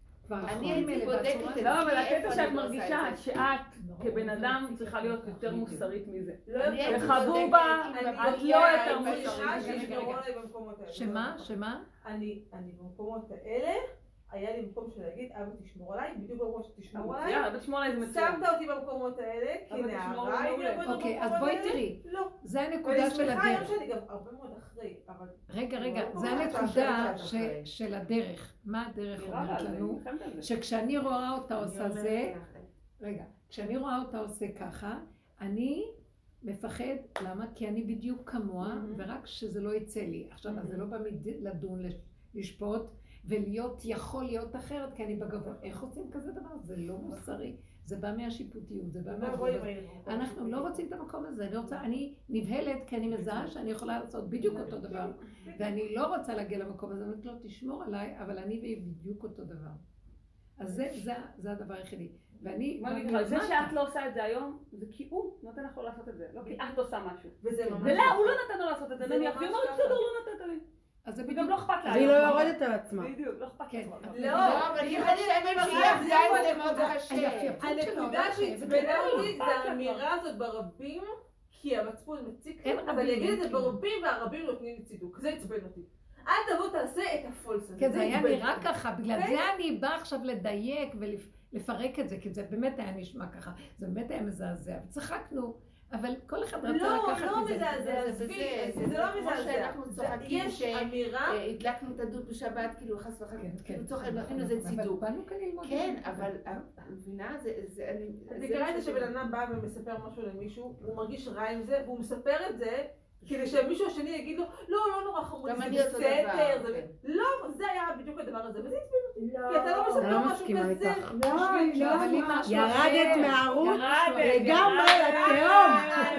אני הייתי בודקת את לא, אבל איפה הקטע אני שאת לא מרגישה עושה את זה. שאת כבן אדם צריכה להיות יותר מוסרית מזה. אני הייתי וחבור בודקת בה, אם את אני לא מגיעה יותר עם מוסרית. סליחה רגע, שישמרו רגע. עליי במקומות האלה. שמה? שמה? אני, אני במקומות האלה, היה לי מקום של להגיד, אבא תשמור עליי, בדיוק במקום שתשמור עליי. יאללה, תשמור עליי זה מצוין. שמת אותי במקומות האלה, כי אבל תשמור נערה הייתי מעולה. עובדת במקומות אוקיי, האלה. אז בואי תראי. לא. זה ואני הנקודה של שמחה היום הדרך. שאני גם הרבה מאוד אחרי, אבל... רגע, רגע, לא, זה לא, הנקודה לא, ש- לא, של הדרך. מה הדרך נראה אומרת לה, לנו? אני נלחמת על זה. שכשאני רואה אותה עושה אני זה, אומרת לך. רגע, כשאני רואה אותה עושה ככה, אני מפחד, למה? כי אני בדיוק כמוה, ורק שזה לא יצא לי. עכשיו, אז זה לא בא מד- לדון, לש- לשפוט, ולהיות, יכול להיות אחרת, כי אני בגבוה. איך עושים כזה דבר? זה לא מוסרי. זה בא מהשיפוטיות, זה בא מהגבול. אנחנו לא רוצים את המקום הזה, אני רוצה, אני נבהלת כי אני מזהה שאני יכולה לעשות בדיוק אותו דבר, ואני לא רוצה להגיע למקום הזה, אני אומרת לו, תשמור עליי, אבל אני והיא בדיוק אותו דבר. אז זה, זה, זה הדבר היחידי. ואני... מה נגיד לך, זה שאת לא עושה את זה היום, זה כי הוא נותן לך לא לעשות את זה, לא כי את עושה משהו. וזה ממש... ולא, הוא לא נתן לו לעשות את זה, זה נניח, ממש והיא אומרת, ככה. בסדר, לא נתת לי. אז זה וגם בדיוק... לא אכפת לה. והיא לא היום. יורדת על עצמה. בדיוק, לא אכפת כן. לה. לא, אבל היא אני חושבת שהיא עבדה על זה מאוד קשה. הנקודה שהצבנה אותי זה האמירה הזאת ברבים, כי המצפון מציק לי, אז אני אגיד את זה ברבים והרבים נותנים לי צידוק, זה עצבן אותי. אל תבוא תעשה את הפולס הזה. כן, זה היה עצבן נראה אותי. ככה, בגלל זה אני באה עכשיו לדייק ולפרק את זה, כי זה באמת היה נשמע ככה, זה באמת היה מזעזע, וצחקנו, אבל כל אחד רצה לא, לקחת לא מזה. מזעזע, עזבי, זה לא כמו מזעזע. שאנחנו צוחקים יש אמירה... שהדלקנו את הדוד בשבת, כאילו חס וחלילה, כן, כאילו כן. צוחקים, נותנים לזה צידוק. אבל באנו כאן ללמוד. כן, אבל את מבינה, זה, זה, אני... אני מכירה את זה שבן אדם בא ומספר משהו למישהו, הוא מרגיש רע עם זה, והוא מספר את זה כדי שמישהו השני יגיד לו, לא, לא נורא חמוד, גם זה אני אותו בסדר, דבר, זה... כן. לא, זה היה בדיוק הדבר הזה, וזה עצבן אותי. לא. כי אתה לא אני מספר לא משהו מסכימה כזה. איתך. לא, היא לא אבל היא אמרה. משהו ירדת אחר. מהערוץ ירדת, לגמרי ירדת. לתהום.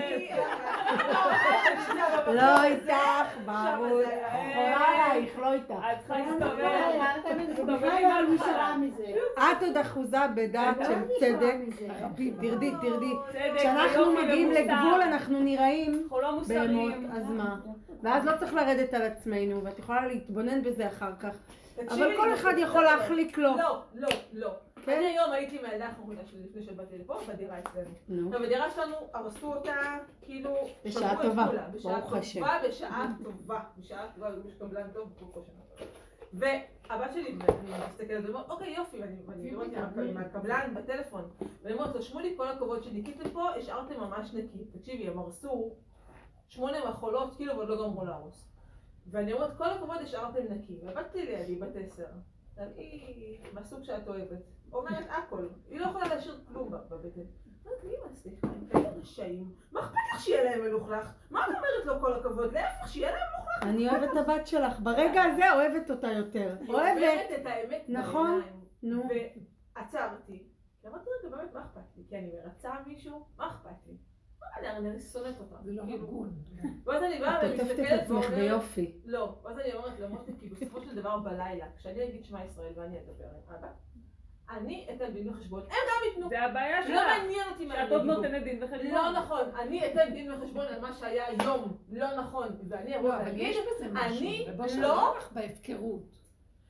אני- לא איתך בערוץ. חולה עלייך, לא איתך. את צריכה לא, להסתובב. אל תבין, זה בכלל לא נשארה מזה. את עוד אחוזה בדעת לא של נשארה צדק. מזה. תרדי, תרדי. צדק, כשאנחנו ויופי מגיעים ומוסר. לגבול אנחנו נראים אנחנו לא בהמות, מוסריים. אז מה? ואז לא צריך לרדת על עצמנו, ואת יכולה להתבונן בזה אחר כך. תקשיבי אבל לי, כל זה אחד בסדר. יכול להחליק לו. לא, לא, לא. כן? אני היום הייתי מהילדה החמודה שלי לפני שבאתי לפה, בדירה אצלנו. נו. ובדירה שלנו הרסו אותה, כאילו... בשעה שברו את טובה, כולה. בשעה ברוך השם. טובה, בשעה טובה. בשעה טובה, יש קבלן טוב, ברוך השם. והבת שלי, אני מסתכלת ואומרת, אוקיי יופי, ואני ואני לראות עם הקבלן בטלפון. ואני אומרת לו, שמולי, כל הכבוד שניקיתם פה, השארתם ממש נקי. תקשיבי, הם הרסו שמונה מחולות, כאילו, ועוד לא גמרו להרוס. ואני אומרת, כל הכבוד השארתם נקי. והבת שלי לידי, בת עשר. היא מהסוג שאת אוהבת. אומרת הכל. היא לא יכולה להשאיר כלום בבטן. אומרת לי, אמא, סליחה, הם כאלה רשעים. מה אכפת לך שיהיה להם מלוכלך? מה את אומרת לו כל הכבוד? להפך, שיהיה להם מלוכלך. אני אוהבת את הבת שלך, ברגע הזה אוהבת אותה יותר. היא אוהבת. אומרת את האמת נכון. בעיניים. נו. ועצרתי. אמרתי רגע, באמת, מה אכפת לי? כי אני מרצה מישהו, מה אכפת לי? מה, אני שונאת אותה. זה לא כאילו. הגון. ואז אני באה את עוטפת את ומסתכלת עצמך ואומרת... ביופי. לא, ואז אני אומרת למוטי, כי בסופו של דבר בלילה, כשאני אגיד שמע ישראל ואני אדבר עם אבא, אני אתן דין וחשבון, הם גם ייתנו. זה הבעיה שלך. לא מעניין אותי מה הם שאת עוד יגידו. נותנת דין וחשבון. לא נכון, אני אתן דין וחשבון על מה שהיה היום, לא נכון, ואני אבוא לא, אבל להגיד, יש בזה משהו. אני ובוא לא... שלא לך בהפקרות.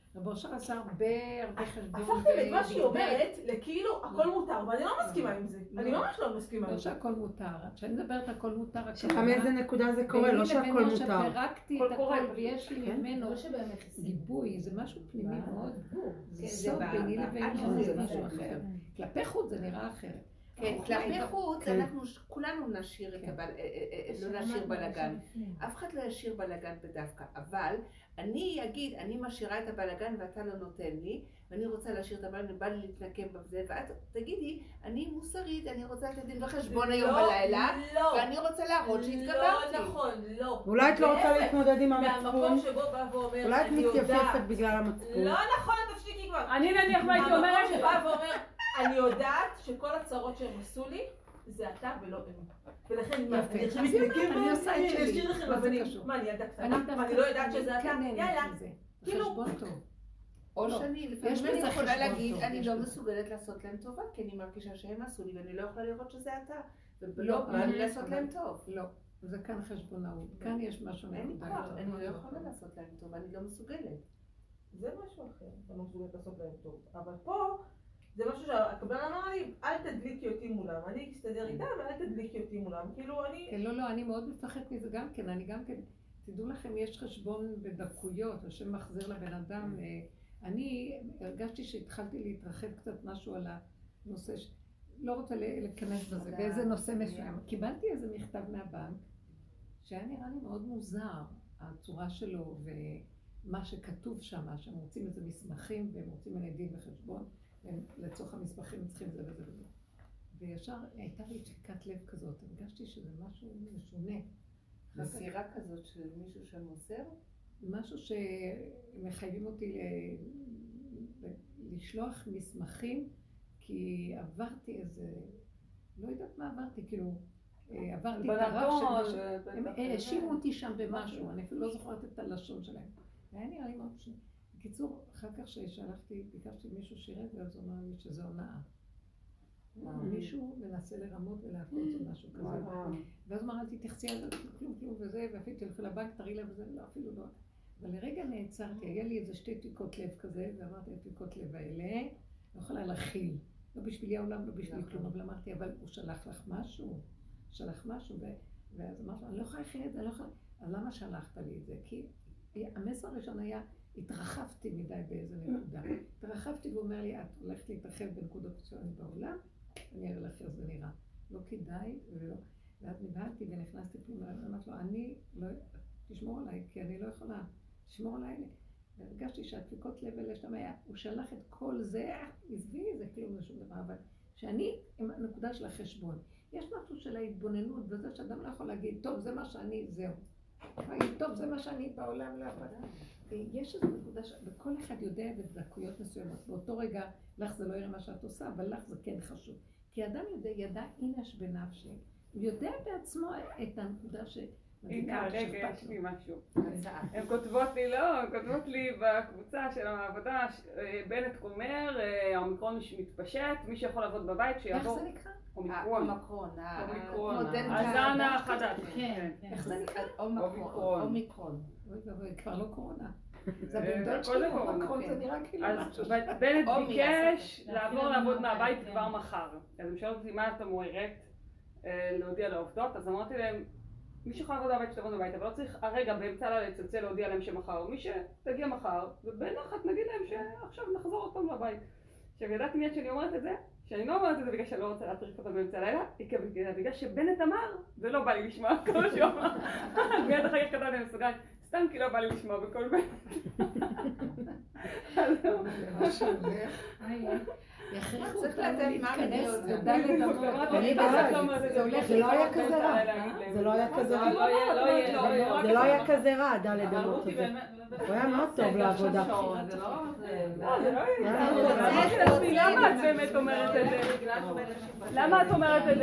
רב אושר עשה הרבה הרבה חשבון. הפכתם את מה שהיא אומרת לכאילו הכל מותר, ואני לא מסכימה עם זה. אני ממש לא מסכימה עם לא זה. שהכל מותר, כשאני מדברת הכל מותר, שגם איזה נקודה זה קורה, לא שהכל מותר. שפרקתי את הכל ויש לי ממנו גיבוי, זה משהו פנימי מאוד, זה סוד ביני לבינו, זה משהו אחר. כלפי חוץ זה נראה אחרת. כן, כלפי חוץ אנחנו כולנו נשאיר את הבלגן, לא נשאיר בלגן. אף אחד לא ישאיר בלגן בדווקא, אבל אני אגיד, אני משאירה את הבלגן ואתה לא נותן לי, ואני רוצה להשאיר את הבלגן ובא לי להתנקם בזה, ואת תגידי, אני מוסרית, אני רוצה לתת דין וחשבון היום בלילה, ואני רוצה להראות שהתגברתי. לא נכון, לא. אולי את לא רוצה להתמודד עם המצפון. מהמקום שבו בא ואומר, אולי את מתייפפת בגלל המצפון. לא נכון, תפסיקי כבר. אני נניח מה הייתי אומרת. המקום שבא ואומר, אני יודעת שכל הצרות שהם עשו לי, זה אתה ולא הם. ולכן, מה, אני עכשיו מתנגים בו, אני אשאיר לכם לבנים. מה, אני ילדה קטנה? מה, אני לא יודעת שזה אתה? יאללה. כאילו. חשבון טוב. או שאני, לפעמים אני יכולה להגיד, אני לא מסוגלת לעשות להם טובה, כי אני מרגישה שהם עשו לי, ואני לא יכולה לראות שזה אתה. ולא, בא לי לעשות להם טוב. לא, זה כאן חשבונאות. כאן יש משהו נקודה. אני לא יכולה לעשות להם טוב, אני לא מסוגלת. זה משהו אחר, אני לא מסוגלת לעשות להם טוב. אבל פה, זה משהו שהקבלן אמר לי, אל תדליקי אותי מולם, אני אסתדר איתם, ואל תדליקי אותי מולם, כאילו אני... כן, לא, לא, אני מאוד מפחדת מזה גם כן, אני גם כן, תדעו לכם, יש חשבון בדקויות, השם מחזיר לבן אדם, אני הרגשתי שהתחלתי להתרחב קצת משהו על הנושא, לא רוצה להיכנס בזה, באיזה נושא מסוים, קיבלתי איזה מכתב מהבנק, שהיה נראה לי מאוד מוזר, הצורה שלו ומה שכתוב שם, שהם רוצים איזה מסמכים והם רוצים עלי דין וחשבון, לצורך המסמכים צריכים זה וזה וזה. וישר הייתה לי דפיקת לב כזאת, הרגשתי שזה משהו משונה. מסירה כזאת של מישהו שמוסר? משהו שמחייבים אותי לשלוח מסמכים, כי עברתי איזה, לא יודעת מה עברתי, כאילו, עברתי את הרב של משהו, הם האשימו אותי שם במשהו, אני אפילו לא זוכרת את הלשון שלהם. והיה נראה לי מאוד משונה. בקיצור, אחר כך ששלחתי, ביקשתי מישהו שירת, ואז הוא אמר לי שזה הונאה. מישהו מנסה לרמות ולהפות או משהו כזה. ואז הוא אמר, אל תתייחסי על זה, כלום כלום וזה, ואפילו תלכי לבנק, תראי לה וזה, לא, אפילו לא. אבל לרגע נעצרתי, היה לי איזה שתי דפיקות לב כזה, ואמרתי, הדפיקות לב האלה, לא יכולה להכיל. לא בשבילי העולם, לא בשבילי כלום, אבל אמרתי, אבל הוא שלח לך משהו, שלח משהו, ואז אמרתי, אני לא יכולה להכיל את זה, אני לא יכולה... אז למה שלחת לי את זה? כי המסר הראשון היה, התרחבתי מדי באיזה נקודה. התרחבתי והוא אומר לי, את הולכת להתרחב בנקודות מסוימות בעולם, אני אראה לך איך זה נראה. לא כדאי, ולא... ואז נבהלתי ונכנסתי פנימה, אמרתי לו, אני לא... תשמור עליי, כי אני לא יכולה. תשמור עליי. והרגשתי שהדפיקות לב האלה שאתה היה, הוא שלח את כל זה, עזבי, זה כלום, זה שום דבר, אבל שאני, עם הנקודה של החשבון, יש משהו של ההתבוננות, וזה שאדם לא יכול להגיד, טוב, זה מה שאני, זהו. טוב, זה מה שאני בעולם לא יכול. יש איזו נקודה, וכל אחד יודע בדקויות מסוימות. באותו רגע, לך זה לא יראה מה שאת עושה, אבל לך זה כן חשוב. כי אדם יודע, ידע אינש בנפשי. הוא יודע בעצמו את הנקודה ש... הנה, רגע, יש לי משהו. הן כותבות לי, לא, הן כותבות לי בקבוצה של העבודה, בנט אומר, האומיקרון מתפשט, מי שיכול לעבוד בבית שיעבור... איך זה נקרא? אומיקרון. אומיקרון. הזן החדש. כן. איך זה נקרא? אומיקרון. אומיקרון. זה כבר לא קורונה. זה בנדות שלו, אומיקרון זה נראה כאילו משהו. בנט ביקש לעבור לעבוד מהבית כבר מחר. אז הם שואלים אותי מה אתה מוערת להודיע לעובדות, אז אמרתי להם, מי שיכול לעבוד מהבית שתעבוד מהבית, אבל לא צריך הרגע באמצע הלילה לצלצל להודיע להם שמחר, מי שתגיע מחר, ובנחת נגיד להם שעכשיו נחזור עוד פעם לבית. עכשיו ידעתי מיד שאני אומרת את זה, שאני לא אומרת את זה בגלל שאני לא רוצה להטריף אותם באמצע הלילה, בגלל שבנט אמר, ולא בא לי לשמוע כל שהוא אמר. מיד אחר כך כתבתי מסוגל, סתם כי לא בא לי לשמוע בכל בנט. צריך לתת מה מניות. זה לא היה כזה רע. זה לא היה כזה רע. זה לא היה כזה רע, דלת אמות הזה. הוא היה מאוד טוב לעבודה. למה את באמת אומרת את זה? למה את אומרת את זה?